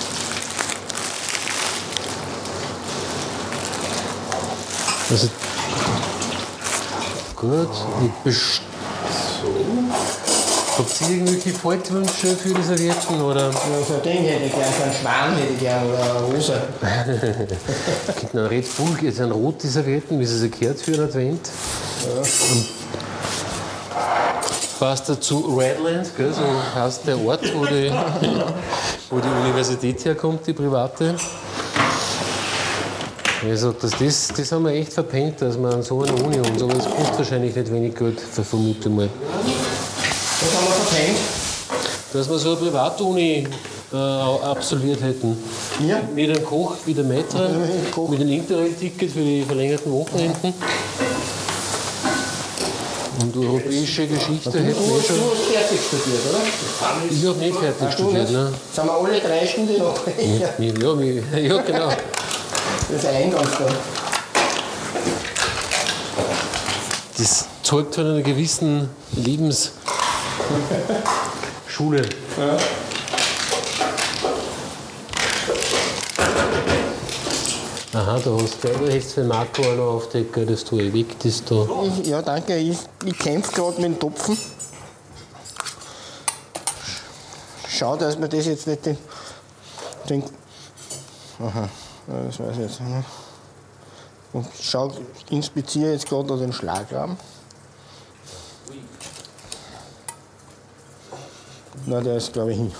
Also, gut, ich best- Habt ihr irgendwelche Faltwünsche für die Servietten? Oder Ja, so ein Ding hätte ich gern, so einen Schwan hätte ich gern oder eine Rose. gibt einen Red Bull, jetzt sind rote Servietten, wie sie sich gehört für einen Advent. Und passt dazu Redlands, gell, so heißt der Ort, wo die, wo die Universität herkommt, die private. Ich sag, dass das, das haben wir echt verpennt, dass wir an so einer Uni haben. Aber es kostet wahrscheinlich nicht wenig Geld, vermute ich mal. Das haben wir verpennt. Dass wir so eine Privatuni äh, absolviert hätten. Ja. Mit einem Koch wie der Maitre, mit einem Koch. mit einem Interrail-Ticket für die verlängerten Wochenenden. Und europäische Geschichte Du, hätten du, wir hast- schon. du hast fertig studiert, oder? Ich habe nicht fertig Hast du studiert. nicht? Ne? Sind wir alle drei Stunden noch? Ja, Ja, ja, mich- ja, genau. das ist ein Eingangstor. Das zeugt von einer gewissen Lebensschule. Ja. Aha, da hast du da hättest du für Marco auch noch aufdecken, das tue ich weg, das da. Ich, ja, danke. Ich, ich kämpfe gerade mit dem Topfen. Schau, dass wir das jetzt nicht den. den aha, ja, das weiß ich jetzt nicht. Und schau, ich inspiziere jetzt gerade noch den Schlagrahmen. Na, der ist, glaube ich, hin.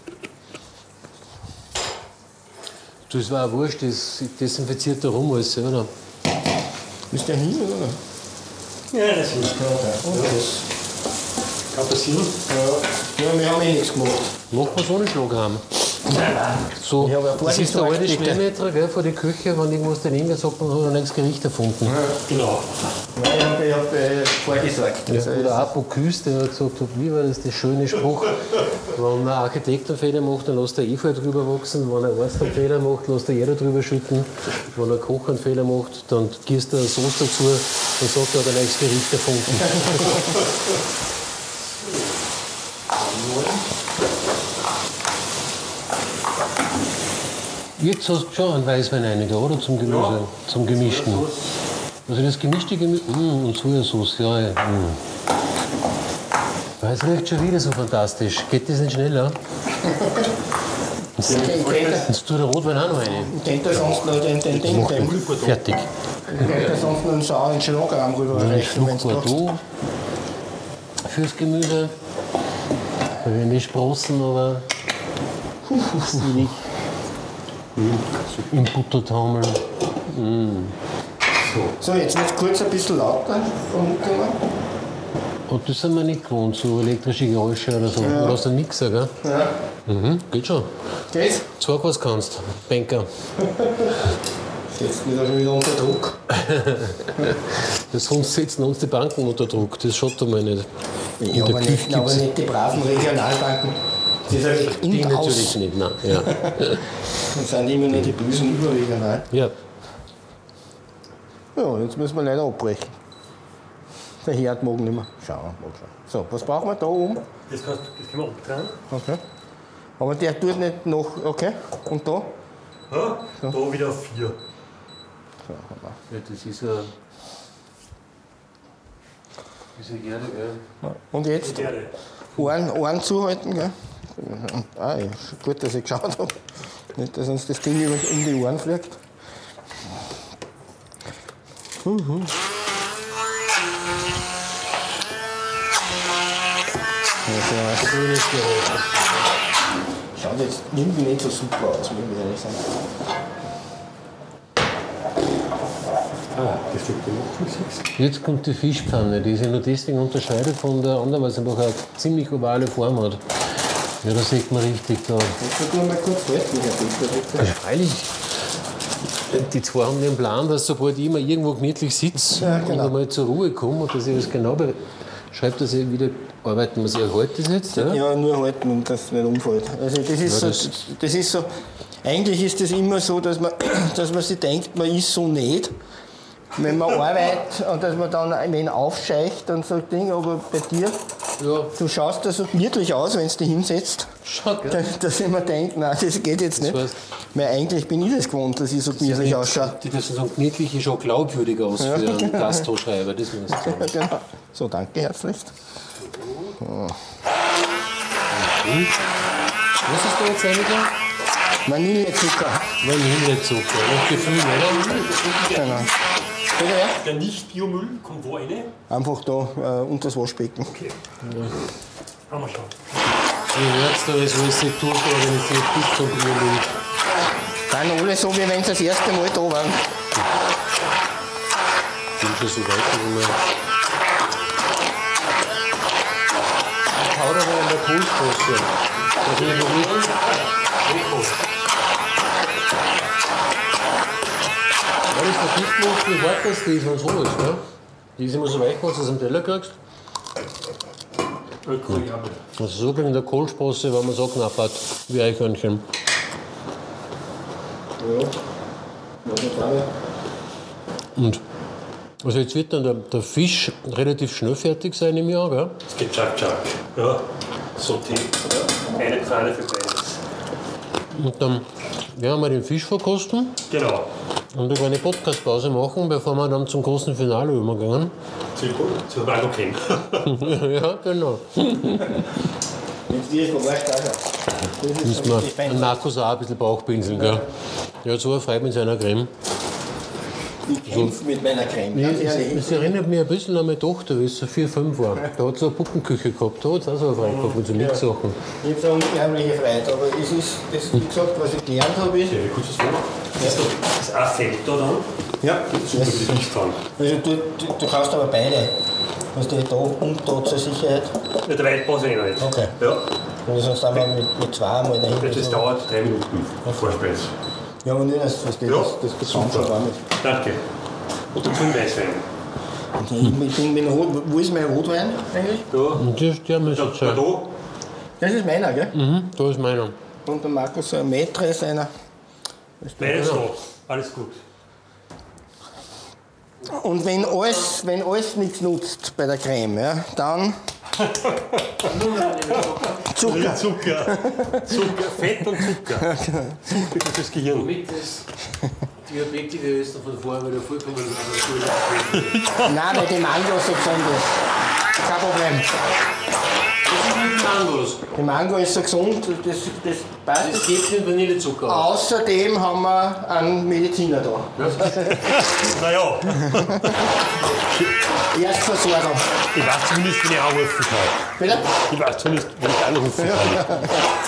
Das war auch wurscht, das desinfiziert da rum alles, oder? Ist der hin, oder? Ja, das ist Und das. kann passieren. Ja, ja, wir haben eh nichts gemacht. Machen wir so einen Schlagrahmen. So, Ich habe ein paar das ist der alte gesagt, bitte. Schwermeter, gell, vor der Küche, wenn irgendwas daneben sagt, man hat ein neues Gericht erfunden. Genau. Nein, ich habe hab, äh, vorgesagt. Ja, Also, oder Apokys, der hat gesagt, wie war das der schöne Spruch, wenn ein Architekt einen Fehler macht, dann lässt der Efeu drüber wachsen, wenn ein Arzt einen Fehler macht, lässt der jeder drüber schütten, wenn ein Koch einen Fehler macht, dann gießt er Sauce dazu und sagt, er hat ein neues Gericht erfunden. Jetzt hast du schon einen Weißwein rein, oder? Zum Gemüse, ja. Zum Gemischten. Also das gemischte Gemüse. Mm, und Sojasauce, ja. ja. Mm. Es riecht schon wieder so fantastisch. Geht das nicht schneller? Jetzt tut der Rotwein auch noch rein. Ich könnte sonst noch den, den, den, den, den fertig. Ich könnte sonst noch einen sauren Schlagrahm rüberreichen. Ein Schluck Bordeaux fürs Gemüse. Wenn die Sprossen, aber im Buttertaumel. Mm. So, jetzt wird es kurz ein bisschen lauter. Und das sind wir nicht gewohnt, so elektrische Geräusche oder so. Ja. Du hast einen Mixer, gell? Ja. Mhm, geht schon. Geht's? Sag, was kannst, Banker. Setzt mich da schon wieder unter Druck. Sonst setzen uns die Banken unter Druck, das schaut doch mal nicht. Ja, aber nicht, aber nicht die braven Regionalbanken. Die sind echt die natürlich nicht, nein. Ja. Das sind immer nur die bösen überregional. Ja. Ja, jetzt müssen wir leider abbrechen. Der Herd mag nicht mehr. Schauen wir mal. So, was brauchen wir da oben? Das, kannst, das können wir abdrehen. Okay. Aber der tut nicht noch. Okay. Und da? Ja, so. Da wieder auf vier. So, ja, das ist ja. Das ist ja gerne, gell? Und jetzt? Ohren, Ohren zuhalten, gell? Ah, ja. Gut, dass ich geschaut habe. Nicht, dass uns das Ding um die Ohren fliegt. Mhm. Ja, grünes Geräusch. Schaut jetzt irgendwie nicht so super aus, muss ich ehrlich sagen. Ah, das tut noch. Jetzt kommt die Fischpfanne, die sich nur deswegen unterscheidet von der anderen, weil sie einfach eine ziemlich ovale Form hat. Ja, da sieht man richtig da. Jetzt tun wir mal kurz halten, Herr also freilich. Die zwei haben den Plan, dass sobald ich immer irgendwo gemütlich sitze ja, genau. und einmal zur Ruhe komme und dass ich das genau beschreibe, dass ich wieder arbeiten muss. Ich erhalte das jetzt? Ja? Ja, nur halten und das nicht umfällt. Also das ist, ja, das so, das ist so, eigentlich ist das immer so, dass man, dass man sich denkt, man ist so nicht. Wenn man arbeitet und dass man dann einen aufscheicht und sagt, Ding, aber bei dir, ja. Du schaust da so gemütlich aus, wenn du dich hinsetzt, Schau, da, dass ich mir denke, nein, das geht jetzt nicht. Das heißt, weil eigentlich bin ich das gewohnt, dass ich so gemütlich ausschaue. Die das so gemütlich ist auch glaubwürdig aus ja, für einen genau. Gastroschreiber, das muss ich sagen. Ja, genau. So, danke herzlichst. So. Mhm. Was ist da jetzt eigentlich? Vanillezucker. Vanillezucker, das Gefühl, oder? Genau. Der Nicht-Biomüll kommt wo rein? Einfach da äh, unter das Waschbecken. Okay. Ja. Haben wir schon. Ihr hört da, es alles sich durchorganisiert bis zum Biomüll. Dann alle so, wie wenn sie das erste Mal da waren. Ich bin schon so weit, wie man. Hau da mal in der Kohlstraße. Da bin ich noch nicht. Ja, das vergisst man oft, wie hart das ist, wenn es so ist. Ne? Die ist immer so weich, wenn du es am Teller kriegst. Also so in der Kohlsprosse, wenn man so knapp hat, wie Eichhörnchen. Ja, und also jetzt wird dann der, der Fisch relativ schnell fertig sein im Jahr, gell? Es geht zack, zack. Ja, Sauté. Ja. Eine Pfanne für beides. Und dann werden wir den Fisch verkosten. Genau. Und eine kleine Podcast-Pause machen, bevor wir dann zum großen Finale übergehen. Zu Vago King. Ja, genau. Jetzt die ist verarscht, also. Müssen wir Markus auch ein bisschen Bauchpinseln, gell? Der hat so eine Freude mit seiner Creme. Ich kämpfe so, mit meiner Creme, ganz ehrlich. Es erinnert mich ein bisschen an meine Tochter, wie sie vier, fünf war. Da hat sie eine Puppenküche gehabt, da hat sie auch so eine Freude gehabt mit so Mixsachen. Ich habe so eine unglaubliche Freude, aber es ist, das, wie gesagt, was ich gelernt habe, ist... Ja, wie kurz ist das? Ist das auch Fett da dann? Ja. Super für die Fischpfanne. Also du, du, du kannst aber beide. Was die da und da zur Sicherheit. Ja, der Wein brauchst du eh noch nicht. Okay. Ja. Weil sonst haben wir mit, mit zwei mal dahin. Das so. Dauert drei Minuten. Vorspeise. Ja, aber nicht, dass das, das, ja, das, das Gesamt schon damit. Danke. Und dazu ein Weißwein. Ich bin mit Rot, wo ist mein Rotwein eigentlich? Da. Und das, der müsste da, da, da. Das ist meiner, gell? Mhm, da ist meiner. Und der Markus ein Maitre seiner. Beides da. Alles gut. Und wenn alles, wenn alles nichts nutzt bei der Creme, ja, dann Zucker. Zucker. Zucker. Fett und Zucker. Zucker ist das Gehirn. Damit das Diabetiker ist von vorher wieder vollkommen Nein, weil die Mango so gesund ist. Kein Problem. Was ist mit Mangos? Die Mango ist so gesund, das, das passt. Das geht mit Vanillezucker aus. Außerdem haben wir einen Mediziner da. Naja, Erstversorgung. ich weiß zumindest, wenn ich anrufen kann. Bitte? Ich weiß zumindest, wenn ich anrufen kann.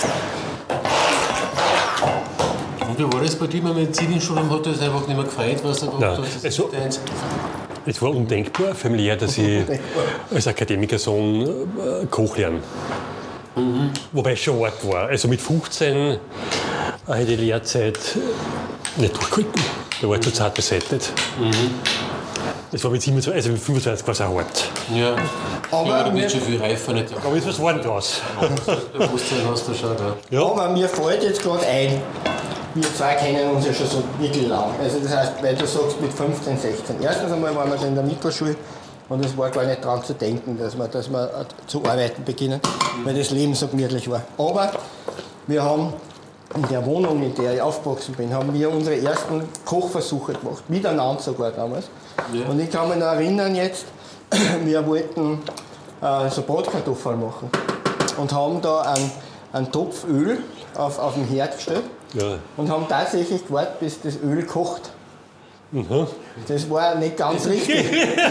Und wie war das bei dir beim Medizinstudium? Hat das einfach nicht mehr gefreut, was du da Nein, gemacht hast? Das also- ist eins. Es war undenkbar familiär, dass ich als Akademikersohn äh, Koch lerne. Mhm. Wobei es schon arg war. Also mit fünfzehn äh, hätte ich die Lehrzeit nicht durchgehalten. Da war ich zu zart beseitigt. Mhm. Das war mit siebenundzwanzig, also mit fünfundzwanzig war es auch hart. Ja, Aber aber du wir- bist schon viel reifer nicht. Aber jetzt was war denn das? Bewusstsein hast du schon da. Ja, Aber mir fällt jetzt gerade ein, wir zwei kennen uns ja schon so mittellang. Also das heißt, weil du sagst mit fünfzehn, sechzehn. Erstens einmal waren wir schon in der Mittelschule und es war gar nicht dran zu denken, dass wir, dass wir zu arbeiten beginnen, weil das Leben so gemütlich war. Aber wir haben in der Wohnung, in der ich aufgewachsen bin, haben wir unsere ersten Kochversuche gemacht, miteinander sogar damals. Ja. Und ich kann mich noch erinnern jetzt, wir wollten äh, so Bratkartoffeln machen und haben da einen, einen Topf Öl auf, auf den Herd gestellt. ja. Und haben tatsächlich gewartet, bis das Öl kocht. Mhm. Das war nicht ganz richtig.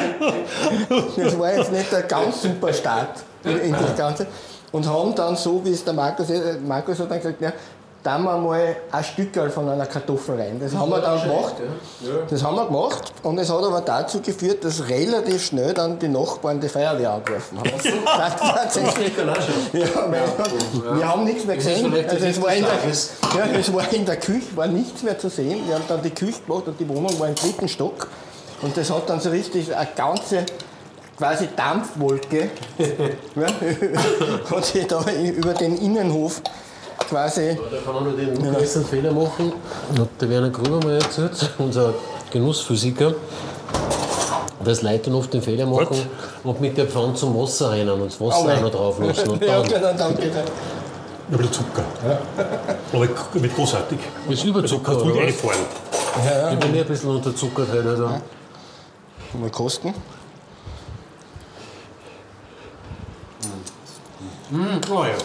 Das war jetzt nicht der ganz super Start in das Ganze. Und haben dann so, wie es der Markus, Markus hat dann gesagt, ja, da wir mal ein Stückerl von einer Kartoffel rein. Das haben wir dann gemacht. Das haben wir gemacht und es hat aber dazu geführt, dass relativ schnell dann die Nachbarn die Feuerwehr angerufen haben. Das tatsächlich. Ja, weil wir haben nichts mehr gesehen. Also es war in der, ja, es war in der Küche, war nichts mehr zu sehen. Wir haben dann die Küche gemacht und die Wohnung war im dritten Stock. Und das hat dann so richtig eine ganze quasi Dampfwolke ja, hat sich da über den Innenhof quasi. Da kann man nur den größten Fehler machen. Hat der Werner Gruber mal erzählt, unser Genussphysiker, dass Leute dann oft den Fehler machen und mit der Pfanne zum Wasser rein und das Wasser Oh auch noch drauf lassen. Und Ja, dann genau, danke. Ein bisschen Zucker. Aber wird großartig. ist Also Überzucker. kannst du oder ruhig was? reinfahren. Ich bin eh ein bisschen unterzuckert heute. Also. Mal kosten. Oh ja.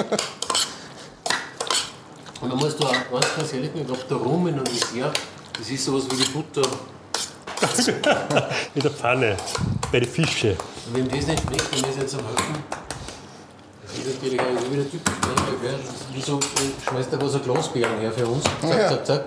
Und dann musst du auch ganz, ganz ehrlich, ich glaube, der Rum in einem Dessert, das ist sowas wie die Butter. In der Pfanne, bei den Fischen. Und wenn das nicht schmeckt, dann ist jetzt am helfen. Das ist natürlich auch wieder typisch. Ne? Wieso schmeißt der was ein Glasbeeren her für uns? Zack, Ja. zack, zack.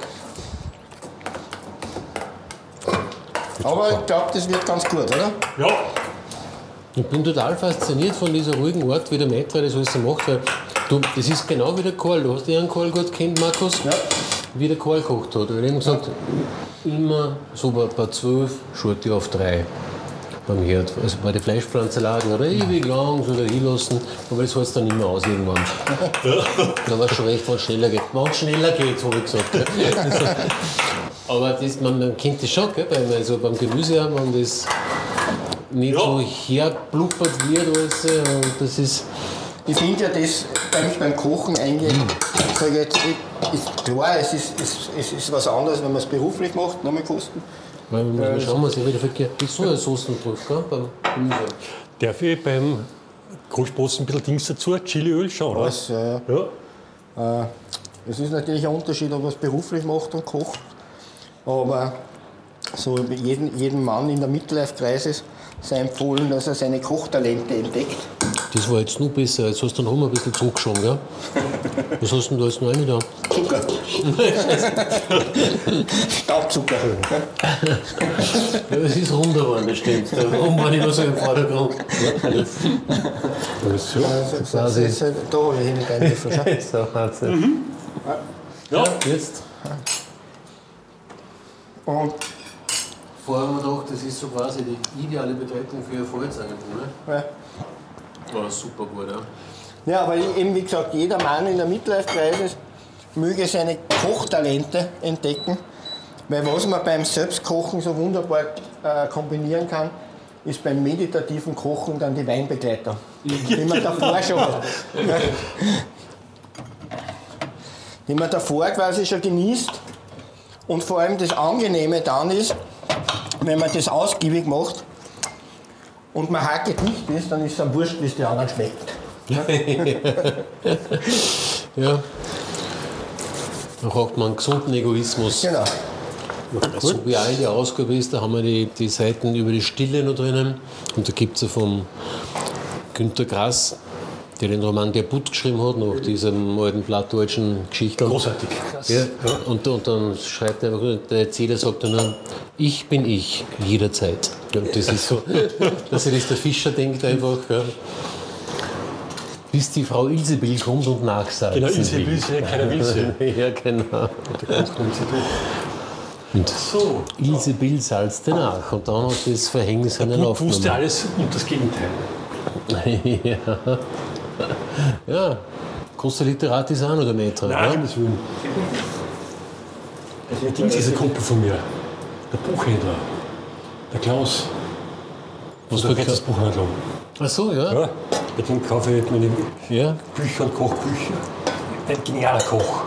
Aber ich glaube, das wird ganz gut, oder? Ja, Ich bin total fasziniert von dieser ruhigen Art, wie der Maitre das alles so macht, weil du, das ist genau wie der Karl. Du hast ja einen Karl gut kennt, Markus, Ja. wie der Karl gekocht hat. Er hat eben gesagt, immer so bei, bei zwölf schaut die auf drei beim Herd. Also bei den Fleischpflanzenladen oder ewig lang so da hinlassen, aber das hältst dann immer aus irgendwann. Da war schon recht, wann es schneller geht. Wann es schneller geht, habe ich gesagt. Ja. Also, aber das, man, man kennt das schon, gell, beim, also beim Gemüse, wenn das nicht Ja. so herblubbert wird alles, und das ist... Ich finde ja das beim, beim Kochen eigentlich, sag ich jetzt, ist klar, es ist, es, es ist was anderes, wenn man es beruflich macht, nochmal kosten. Weil muss man schauen, was ich wieder verkehrt. Die Sojasauce drauf, gell, beim Gemüse. darf ich beim Kohlsprossen ein bisschen Dings dazu, Chiliöl schon, oder? Das, äh, Ja. äh, es ist natürlich ein Unterschied, ob man es beruflich macht und kocht. Aber so jeden, jedem Mann in der Midlife-Crisis sei empfohlen, dass er seine Kochtalente entdeckt. Das war jetzt noch besser. Jetzt hast du den Hummer ein bisschen zurückgeschoben, gell? Was hast du denn da jetzt noch rein da? Zucker. Staubzucker. Ja, es ist runder geworden, das stimmt. Der Rum war nicht mehr so im Vordergrund. Das ja. Also, so, Quasi. so, so, da habe ich hin reingeworfen. Schau. So, Wahnsinn. Ja. Jetzt. Und Vorher haben wir gedacht, das ist so quasi die ideale Begleitung für eine Volksagentur. ja. War super gut, ja. Ja, aber eben wie gesagt, jeder Mann in der Midlife-Crisis möge seine Kochtalente entdecken, weil was man beim Selbstkochen so wunderbar äh, kombinieren kann, ist beim meditativen Kochen dann die Weinbegleiter. wie man davor schon hat. Wie man davor quasi schon genießt. Und vor allem das Angenehme dann ist, wenn man das ausgiebig macht und man hacke dicht ist, dann ist es am wurscht, wie es die anderen schmeckt. Ja. Da braucht man einen gesunden Egoismus. Genau. So wie auch in der Ausgabe ist, da haben wir die, die Seiten über die Stille noch drinnen. Und da gibt es ja vom Günter Grass, der den Roman Der Butt geschrieben hat, nach diesem alten plattdeutschen Geschichten. Großartig. Krass. Ja, und, und dann schreibt er einfach, der Erzähler sagt dann nur, ich bin ich, jederzeit. Ja, und das ist so, dass sich das der Fischer denkt einfach, ja, bis die Frau Ilsebill kommt und nachsagt. Genau, Ilsebill ist ja keiner Wilse. Ja, genau. Und So. Ilsebill salzte nach und dann hat das Verhängnis seinen Lauf wusste genommen. alles und das Gegenteil. Ja. Ja, großer Literat ist auch noch der Maitre. Nein, Ja? Gottes Willen. Der Dings ist ein Kumpel von mir. Der Buchhändler. Der Klaus. Was der für Rettes Buchhandlung. Ach so, ja. Ja, mit dem kaufe ich meine Ja. Bücher und Kochbücher. Ein genialer Koch.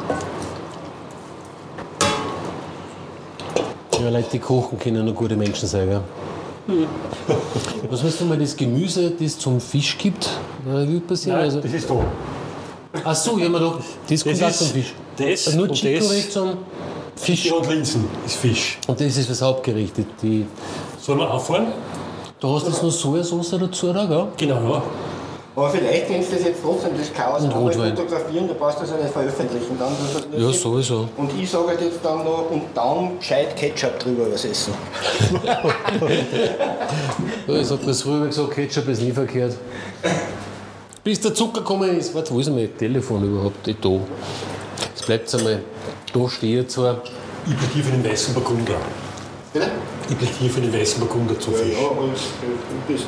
Ja, Leute, die kochen können nur gute Menschen sein. Ja. Was meinst du mal, das Gemüse, das es zum Fisch gibt? Äh, Wie passiert? Nein, Also, das ist da. ach so, ja, man doch, das kommt auch ist zum Fisch. das Also nur und Chicorée das. zum Fisch. Fisch und Linsen ist Fisch. Und das ist das Hauptgericht. Die, Sollen wir auffahren? da hast du jetzt noch Sojasauce dazu, oder? Ja? Genau, ja. Aber vielleicht kannst du das jetzt trotzdem, das Chaos Und einmal Rotwein. fotografieren, du brauchst das ja nicht veröffentlichen. Dann, das Ja, sowieso. Und ich sage halt jetzt dann noch, und dann gescheit Ketchup drüber was essen. Ja, ich hab das früher gesagt, Ketchup ist nie verkehrt. Bis der Zucker gekommen ist. Warte, wo ist mein Telefon überhaupt? Ich da. Jetzt bleibt es einmal. Da stehe ich zwar. Ich plädiere für den weißen Burgunder. Bitte? Ich plädiere für den weißen Burgunder zu Ja, Fisch. ja, und du bist.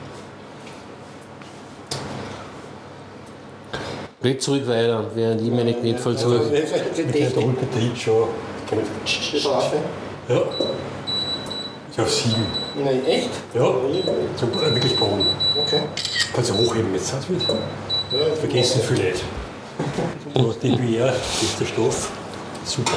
Red zurück weiter, während ich meine Knetfall Also, suche. das ist die Der Technik. holt mit der Hit schon. Kann Das ich- drauf, ja? Ja. Ich auf sieben. Nein, echt? Ja. So, äh, wirklich braun. Okay. Kannst du hochheben jetzt, sagst du mit? Ja, Vergessen viel Leute. So, D B R ist der Stoff. Super.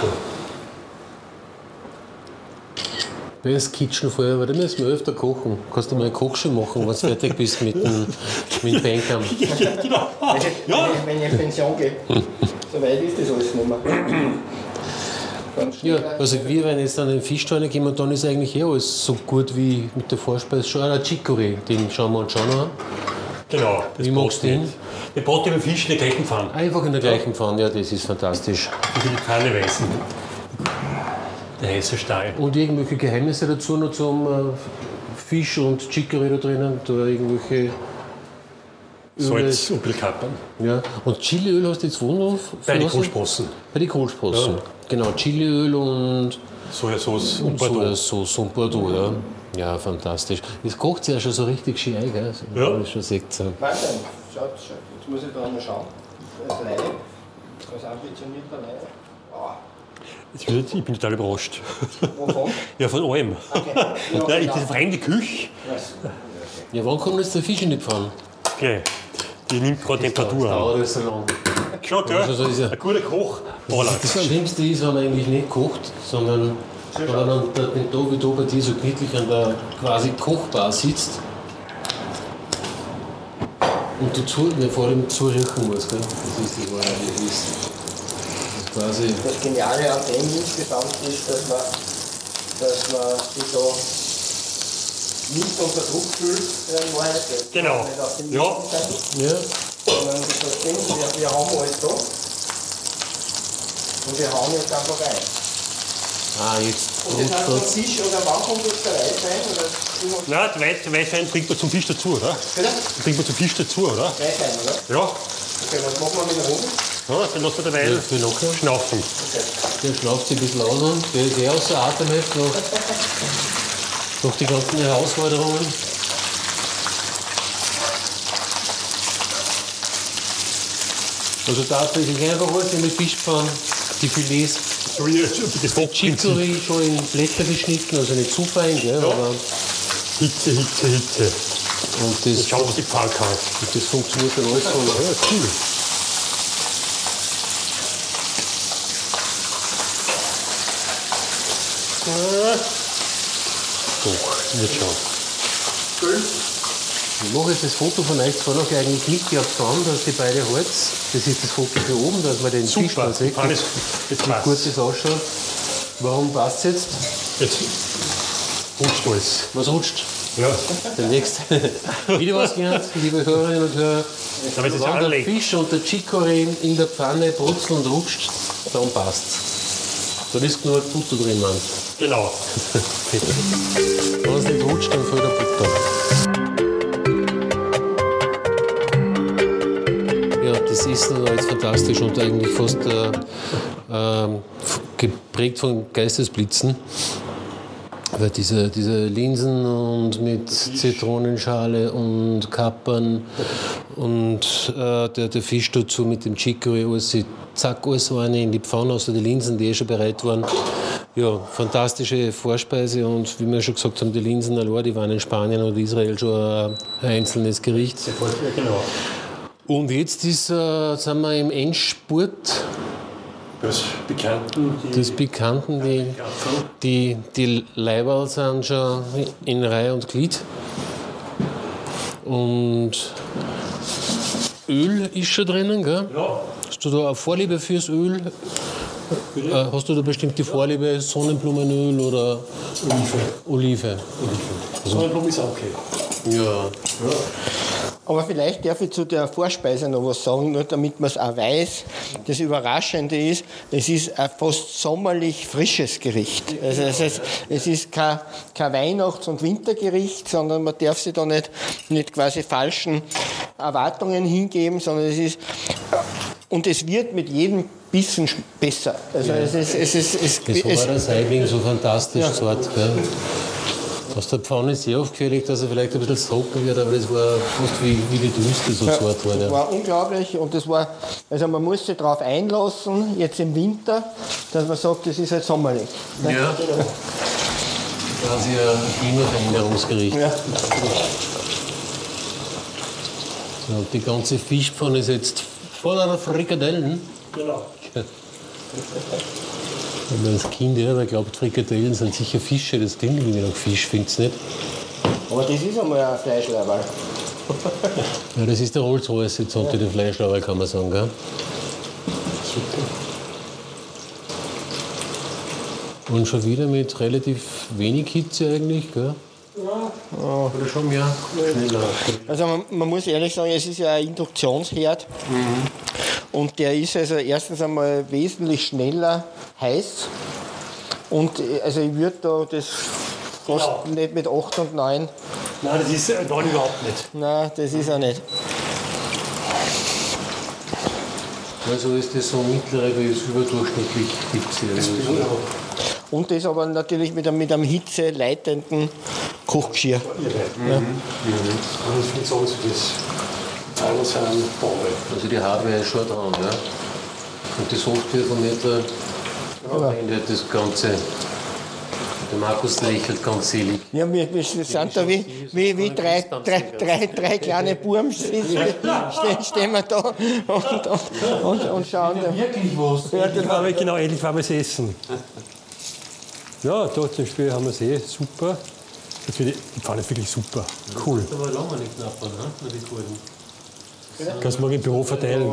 Wer ist Kitchen vorher? Weil da müssen wir öfter kochen. Kannst du mal eine Kochshow machen, wenn du fertig bist mit dem mit Bankern. Ja, genau. Ja. Wenn ich in Pension gehe. So weit ist das alles nicht mehr. Dann Ja, steht also wir werden jetzt an den Fisch gehen und dann ist eigentlich eh alles so gut wie mit der Vorspeise schon. Ah, der Chicorée, den schauen wir uns schon noch an. Genau. Das Wie magst du passt den? nicht. Der Brot über Fisch in der gleichen Pfanne. Einfach in der gleichen Pfanne, ja, das ist fantastisch. Wie die Pfanne weißen. Der heiße Stahl. Und irgendwelche Geheimnisse dazu noch zum äh, Fisch und Chicorée da drinnen? Da irgendwelche Öle? Salz und Pilkappern. Ja. Und Chiliöl hast du jetzt wo noch? Bei den verlassen? Kohlsprossen. Bei den Kohlsprossen. Ja. Genau, Chiliöl und Sojasauce und Bordeaux. Sojasauce und Bordeaux. Ja. Ja, fantastisch. Das kocht sich ja schon so richtig schön ein, gell? So, Ja. Das ist schon sechzehn. Warte, schaut, schaut. Jetzt muss ich da mal schauen. Das Leine. Das ambitioniert alleine. Oh. Jetzt wird- Ich bin total überrascht. Wovon? Ja, von allem. Okay. Ja, Nein, genau. diese fremde Küche. Ja, wann kommt jetzt der Fisch in die Pfanne? Okay. Die nimmt gerade Temperatur an. dauert das so lang. Schaut, ja. Also so ist er. Ein guter Koch. Ballert. Das Schlimmste ist, wenn man eigentlich nicht kocht, sondern wenn man dann da, da wie da bei dir so gemütlich an der quasi Kochbar sitzt und du zu, mir vor dem zuriechen musst. Gell? Das ist die Wahrheit, die ist. Das ist quasi. Das Geniale an dem insgesamt ist, dass man, dass man sich da nicht unter Druck fühlt, in Wahrheit. Das Genau. nicht auf den Ja. Misten sein, Ja, sondern das Ding, wir, wir haben alles da. Und wir hauen jetzt einfach rein. ah, jetzt. Und das heißt, der Fisch, oder wann kommt jetzt der Weißwein? Oder Nein, der Weiß- Weißwein trinkt man zum Fisch dazu, oder? Bitte? Trinkt man zum Fisch dazu, oder? Weißwein, oder? Ja. Okay, was machen wir mit dem Rubel? Ja, dann lassen wir derweil Ja, für locker. schnaufen. Der schlaft sich ein bisschen aus und der ist eh außer Atem jetzt noch. Durch die ganzen Herausforderungen. Also tatsächlich einfach alles mit Fischpfanne, die Filets, So wie das Wokprinzip. Chicorée schon in Blätter geschnitten, also nicht zu fein, gell, aber Hitze, Hitze, Hitze. Und das, Jetzt schau, was ich fahren kann. und das funktioniert dann alles von. Ja, cool. Doch, wird schon. Ich mache jetzt das Foto von euch zwar noch eigentlich nicht auf Fahren, dass die beide Holz, das ist das Foto für oben, dass man den Fisch Super, dann sieht, alles, jetzt wie passt. gut das ausschaut. Warum passt es jetzt? Jetzt rutscht alles. Was rutscht? Ja. Der nächste. Wieder was gelernt, liebe Hörerinnen und Hörer. Damit ist es Wenn der anlegt. Fisch und der Chicorée in der Pfanne brutzeln und rutscht, dann passt's. Dann ist genug Butter drin, Mann. Genau. Wenn es nicht rutscht, dann fällt der Butter. Ja, das Essen war jetzt fantastisch und eigentlich fast äh, äh, geprägt von Geistesblitzen. Weil diese, diese Linsen und mit Zitronenschale und Kapern und äh, der, der Fisch dazu mit dem Chicorée, alles, zack, alles rein in die Pfanne, außer die Linsen, die eh schon bereit waren. Ja, fantastische Vorspeise und wie wir schon gesagt haben, die Linsen allein, die waren in Spanien oder Israel schon ein, ein einzelnes Gericht. Genau. Und jetzt ist, äh, sind wir im Endspurt Das Bekannten, die des Bekannten, die, die, die Leiberl sind schon in Reihe und Glied. Und Öl ist schon drinnen, gell? Ja. Hast du da eine Vorliebe fürs Öl? Äh, hast du da bestimmt die Vorliebe Sonnenblumenöl oder Olive. Olive? Sonnenblumen ist auch okay. Ja. Aber vielleicht darf ich zu der Vorspeise noch was sagen, nur damit man es auch weiß. Das Überraschende ist, es ist ein fast sommerlich frisches Gericht. Also es ist, es ist kein, kein Weihnachts- und Wintergericht, sondern man darf sich da nicht, nicht quasi falschen Erwartungen hingeben, sondern es ist, und es wird mit jedem Bissen besser. Also es ist, es ist, es, Das es, war der Saibling so fantastisch Ja. zart. Gell? Aus der Pfanne ist sehr aufgefällig, dass er vielleicht ein bisschen trocken wird, aber das war fast wie, wie die Dünste, so Ja, zart war der. war unglaublich und das war, also man muss sich darauf einlassen, jetzt im Winter, dass man sagt, das ist halt sommerlich. Ja. Quasi ein Klimaveränderungsgericht. Ja. So, und die ganze Fischpfanne ist jetzt voller Frikadellen. Genau. Wenn man als Kind ja, der glaubt, Frikadellen sind sicher Fische, das klingt irgendwie nach Fisch, findest du nicht? Aber das ist einmal ein Fleischleiberl. Ja, das ist der Rolls-Royce jetzt unter den Fleischlauer, kann man sagen, gell? Und schon wieder mit relativ wenig Hitze eigentlich, gell? Ja. Oder schon mehr? Schneller. Also man, man muss ehrlich sagen, es ist ja ein Induktionsherd. Mhm. Und der ist also erstens einmal wesentlich schneller heiß. Und äh, also ich würde da das fast Genau. nicht mit acht und neun. Nein, das ist äh, nein, überhaupt nicht. Nein, das ist er nicht. Also ist das so mittlere bis überdurchschnittlich Hitze. Ja. Und das aber natürlich mit einem, mit einem hitzeleitenden Kochgeschirr. Ja. Mhm. Und ich würde sagen, so das Teil sind Bombe. Also die Hardware ist schon dran, ja? Und die Software von Metra verändert das Ganze. Der Markus lächelt ganz selig. Ja, wir, wir sind da wie, wie, wie drei, drei, drei, drei kleine Buben, stehen, stehen wir da und, und, und, und schauen. Wirklich was? Ja, dann haben wir genau, endlich waren wir es essen. Ja, da zum Spiel haben wir es eh super. Das wird, die Pfanne ist wirklich super. Cool. Das ist aber lange nicht knapp, ne? Mit den Kurden. Kannst du morgen im Büro verteilen.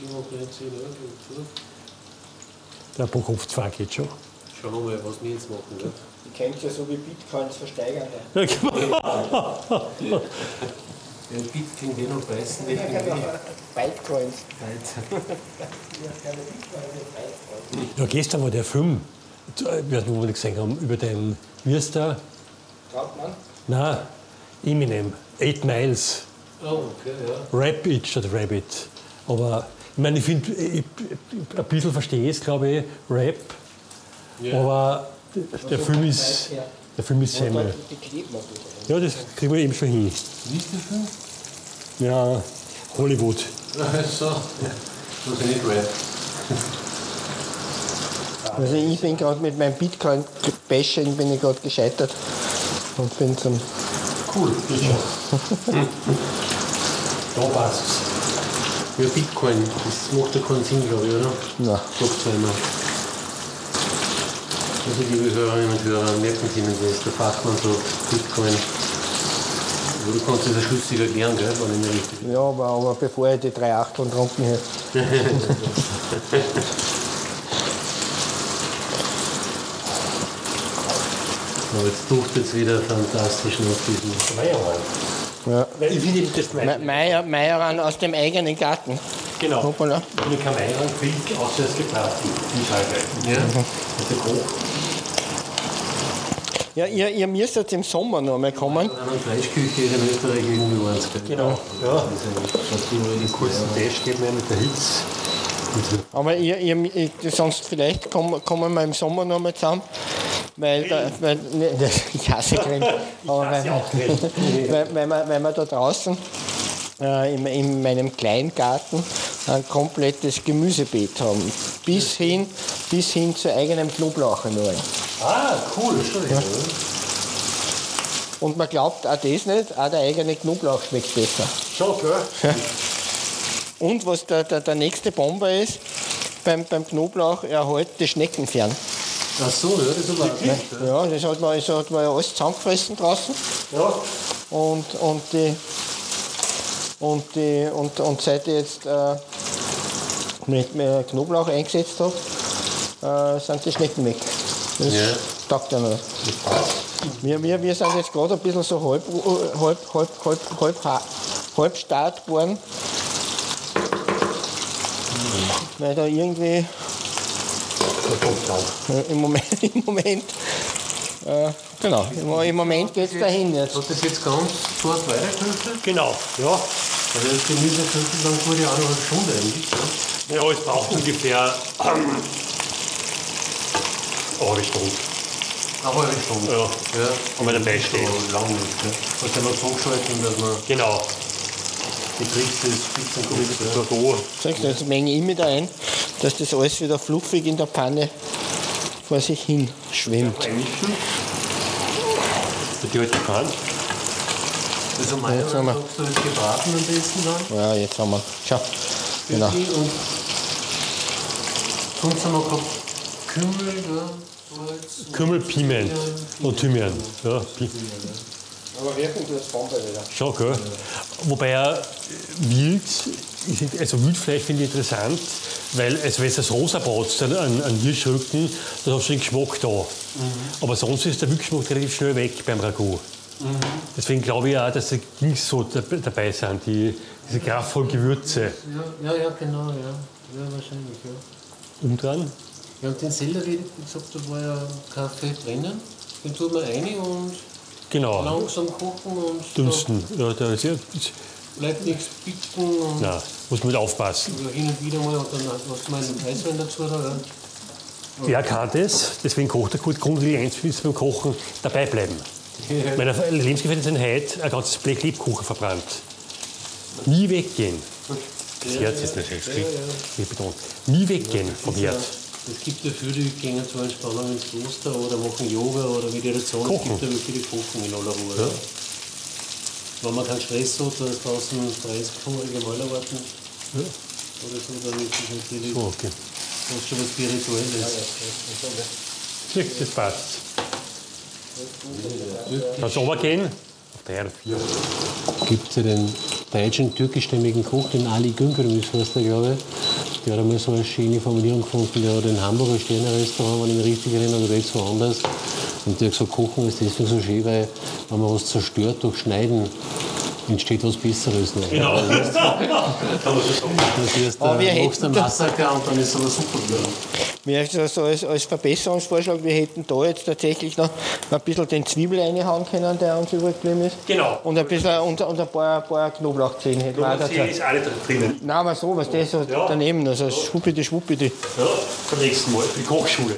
Der pro Kopf zwei geht schon. Schauen wir mal, was wir jetzt machen. Ne? Die kennt ja so wie Bitcoins versteigern. Ja, genau. Ja, Bit klingt eh noch beißen. Nicht Bitcoins. Ja, gestern war der Film, wo wir gesehen haben, über den, wie heißt der? Trautmann? Nein, Eminem, Eight Miles. Oh, okay, ja. Rabbit statt Rabbit. Aber ich meine, ich finde, ein bisschen verstehe ich es, glaube ich, Rap. Ja. Aber der Film ist, der Film ist Semmel. Die klebt man gut. Ja, das kriegen wir eben schon hin. Wie ist der Film? Ja, Hollywood. Ach so. Das ist nicht Rap. Also ich bin gerade mit meinem Bitcoin-Bashing bin ich gerade gescheitert und bin zum Cool. Da passt's. Ja, Bitcoin, das macht ja keinen Sinn, glaube ich, oder? Nein. Sagt zweimal. Also, liebe Hörerinnen und Hörer, merken Sie Ihnen das, der Fachmann sagt Bitcoin. Aber du kannst das ja schlüssig erklären, gell, wenn ich mir richtig. Ja, aber, aber bevor ich die drei Achteln getrunken hätte. Aber jetzt duftet es wieder fantastisch nach diesem Meierwein. Ja. Weil ich finde das Me- Meierwein. Meier, Meieran aus dem eigenen Garten. Genau. Hoppala. Und ich kann Meierwein kriegen, außer es gebraten. Die Scheibe. Ja. Und der Koch. Ja, ihr, ihr müsst jetzt im Sommer noch mal kommen. Eine Fleischküche in Österreich irgendwie war es, gell? Genau. Ja. Das ist eigentlich Den kurzen Test geben wir mit der Hitze. Aber ihr, ihr, ihr, sonst vielleicht kommen, kommen wir im Sommer noch mal zusammen. Weil, da, weil ne, ich hasse Grill. Aber hasse weil, auch Grill. weil, weil, wir, weil wir da draußen äh, in, in meinem Kleingarten ein komplettes Gemüsebeet haben. Bis hin, bis hin zu eigenem Knoblauch und allem. Ah, cool. Ja. Und man glaubt auch das nicht, auch der eigene Knoblauch schmeckt besser. Schon, klar. Und was der, der, der nächste Bomber ist, beim, beim Knoblauch, er hält die Schnecken fern. Ach so, ja, das ist aber auch nicht. Ja, das hat man, das hat man ja alles zusammengefressen draußen. Ja. Und, und, die, und, die, und, und seit ich jetzt äh, nicht mehr Knoblauch eingesetzt habe, äh, sind die Schnecken weg. Das Ja. taugt ja nicht. Wir, wir, wir sind jetzt gerade ein bisschen so halb, halb, halb, halb, halb, halb, halb Start geworden. Weil da irgendwie äh, im Moment, im Moment äh, genau, im, im Moment geht es dahin jetzt. Hat das jetzt ganz fort weitergeköchelt? Genau. Ja. Also das Gemüse köchelt lang vor die eineinhalb Stunden eigentlich. Ja. Ja, es braucht ungefähr ähm, eine halbe Stunde. Eine halbe Stunde. Ja. Ja. Und wenn dabei steht. So lang nicht. Ja. Was kann man so geschalten, dass man Genau. die Tricks des Spitzenkochs, ja. So, da. Sagst du, jetzt menge ich mich da ein, dass das alles wieder fluffig in der Pfanne vor sich hin schwimmt. Einmischen. Die alte Pfanne. Also meiner jetzt haben wir- sagst du, ist gebraten am besten dann. Ja, jetzt haben wir. Schau. Genau. Und sonst haben wir gehabt Kümmel, ja, Salz. Kümmel, Piment und Thymian. Ja, Pi- Aber wirken tut es Bombe wieder. schon, gell? Wobei er wild, ist- also Wildfleisch finde ich interessant, weil also wenn du das rosa bratst, an, an Hirschrücken, dann hast du den Geschmack da. Aber sonst ist der Wildgeschmack relativ schnell weg beim Ragout. Deswegen glaube ich auch, dass die Dings so dab- dabei sind, die, diese kraftvollen Gewürze. Ja, ja, ja, genau, ja. Ja, wahrscheinlich, ja. Umdrehen. Ja, und den Sellerie, wie gesagt, da war ja Kaffee drinnen. Den tut man rein und Genau. langsam kochen und Dünsten. Ja, da ist ja, da bleibt nichts bicken und na, muss man mit aufpassen. ja, hin und wieder mal und dann hast du mal einen Eiswein dazu. Da, ja. Er kann das, deswegen kocht er gut. Grundlegend eins ist beim Kochen dabei bleiben. Meine Lebensgefährtin sind heute ein ganzes Blech Lebkuchen verbrannt. Nie weggehen. Das Herz ist natürlich wie betont. Nie weggehen vom Herd. Es gibt ja viele, die gehen zur Entspannung ins Kloster oder machen Yoga oder Meditation. Kochen. Es gibt ja welche, die kochen in aller Ruhe. Ja. Wenn man keinen Stress hat, da ist draußen dreißig hungrige Mäuler warten Ja. oder so, dann ist das natürlich So, okay. fast schon was Spirituelles. Ja, das passt. Kannst du runtergehen? Auf drei oder vier. Gibt es ja den deutschen türkischstämmigen Koch, den Ali Güngörmüs heißt der, glaube ich. Der hat einmal so eine schöne Formulierung gefunden, der hat in Hamburger Sterne-Restaurant, wenn ich mich richtig erinnere, oder jetzt woanders. Und der hat gesagt, Kochen ist deswegen so schön, weil wenn man was zerstört durch Schneiden, entsteht was Besseres. Ne? Genau. Das heißt, Aber wir du machst hätten ein Massaker und dann ist es aber super geworden. Wir also als, als Verbesserungsvorschlag, wir hätten da jetzt tatsächlich noch ein bisschen den Zwiebel reinhauen können, der uns übrig geblieben ist. Genau. Und ein bisschen und, und ein paar, paar Knoblauchzehen hätten wir auch dazu. ist alle drinnen. Nein, aber so, was das so Ja. daneben, also schwuppidi, schwuppidi. Ja, beim nächsten Mal, die Kochschule.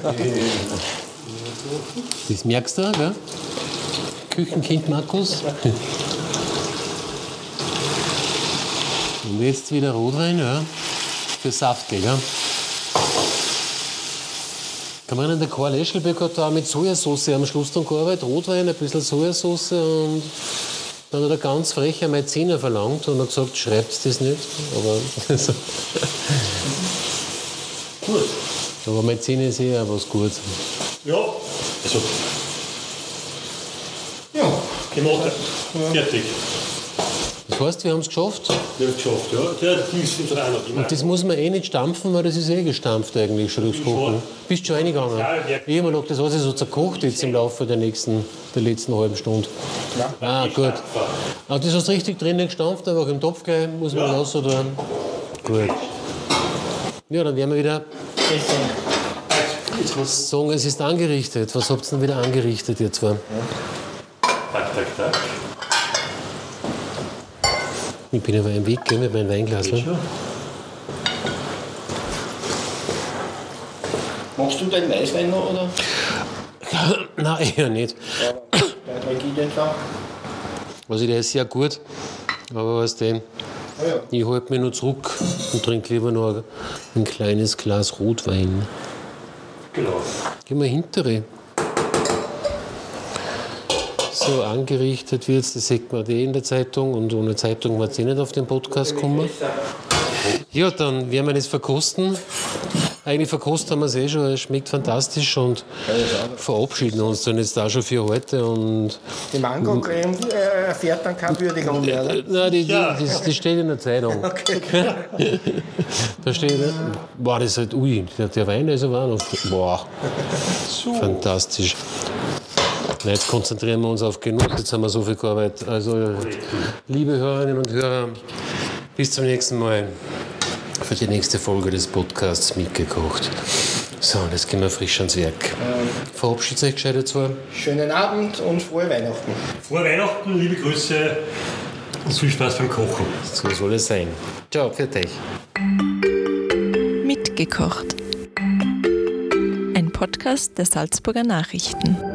Das merkst du, gell? Küchenkind Markus. Und jetzt wieder Rotwein, ja. Für Saft, gell, ja. Kann man erinnern, der Karl Eschelbeck hat da auch mit Sojasauce am Schluss dann gearbeitet, Rotwein, ein bisschen Sojasauce und dann hat er ganz frech einmal Zehner verlangt und hat gesagt, schreibt das nicht. Aber, Gut. aber mein Zehner ist eher was Gutes. Ja, also. Ja. Gemacht. Fertig. Das heißt, wir haben es geschafft. Wir haben es geschafft, ja. Der Dings ist auch noch immer. Und das muss man eh nicht stampfen, weil das ist eh gestampft eigentlich schon durchs Kochen. Bist schon reingegangen? Ja, ja. Ich habe mir gedacht, das hat sich so zerkocht jetzt im Laufe der nächsten, der letzten halben Stunde. Ja. Ah, gut. Aber das hast du richtig drinnen gestampft, einfach im Topf gleich, muss man Ja. raus oder. Gut. Ja, dann werden wir wieder Jetzt muss sagen, es ist angerichtet. Was habt ihr denn wieder angerichtet, ihr zwei? Tak, tak, tak. Ich bin aber im Weg, gell, mit meinem Weinglas. Ne? Ja. Machst du deinen Weißwein noch, oder? Nein, eher nicht. Bei drei Gilden schon. Also der ist sehr gut, aber weißt du, Ah, ja. ich halte mich nur zurück und trinke lieber noch ein kleines Glas Rotwein. Genau. Geh mal hintere. So angerichtet wie jetzt, das sieht man eh in der Zeitung und ohne Zeitung wird es eh nicht auf den Podcast kommen. Ja, dann werden wir das verkosten. Eigentlich verkostet haben wir es eh schon, es schmeckt fantastisch und verabschieden uns dann jetzt auch schon für heute. Und Die Mango-Creme äh, erfährt dann keine Würdigung mehr. Oder? äh, nein, die, die, Ja. das, das steht in der Zeitung. Okay. Da steht, boah, das ist halt, ui, der, der Wein, der ist aber auch noch, boah, fantastisch. Na, jetzt konzentrieren wir uns auf Genuss, jetzt haben wir so viel gearbeitet. Also, liebe Hörerinnen und Hörer, bis zum nächsten Mal für die nächste Folge des Podcasts Mitgekocht. So, und jetzt gehen wir frisch ans Werk. Verabschiedet euch gescheit zwei. Schönen Abend und frohe Weihnachten. Frohe Weihnachten, liebe Grüße und viel Spaß beim Kochen. So soll es sein. Ciao, für dich. Mitgekocht. Ein Podcast der Salzburger Nachrichten.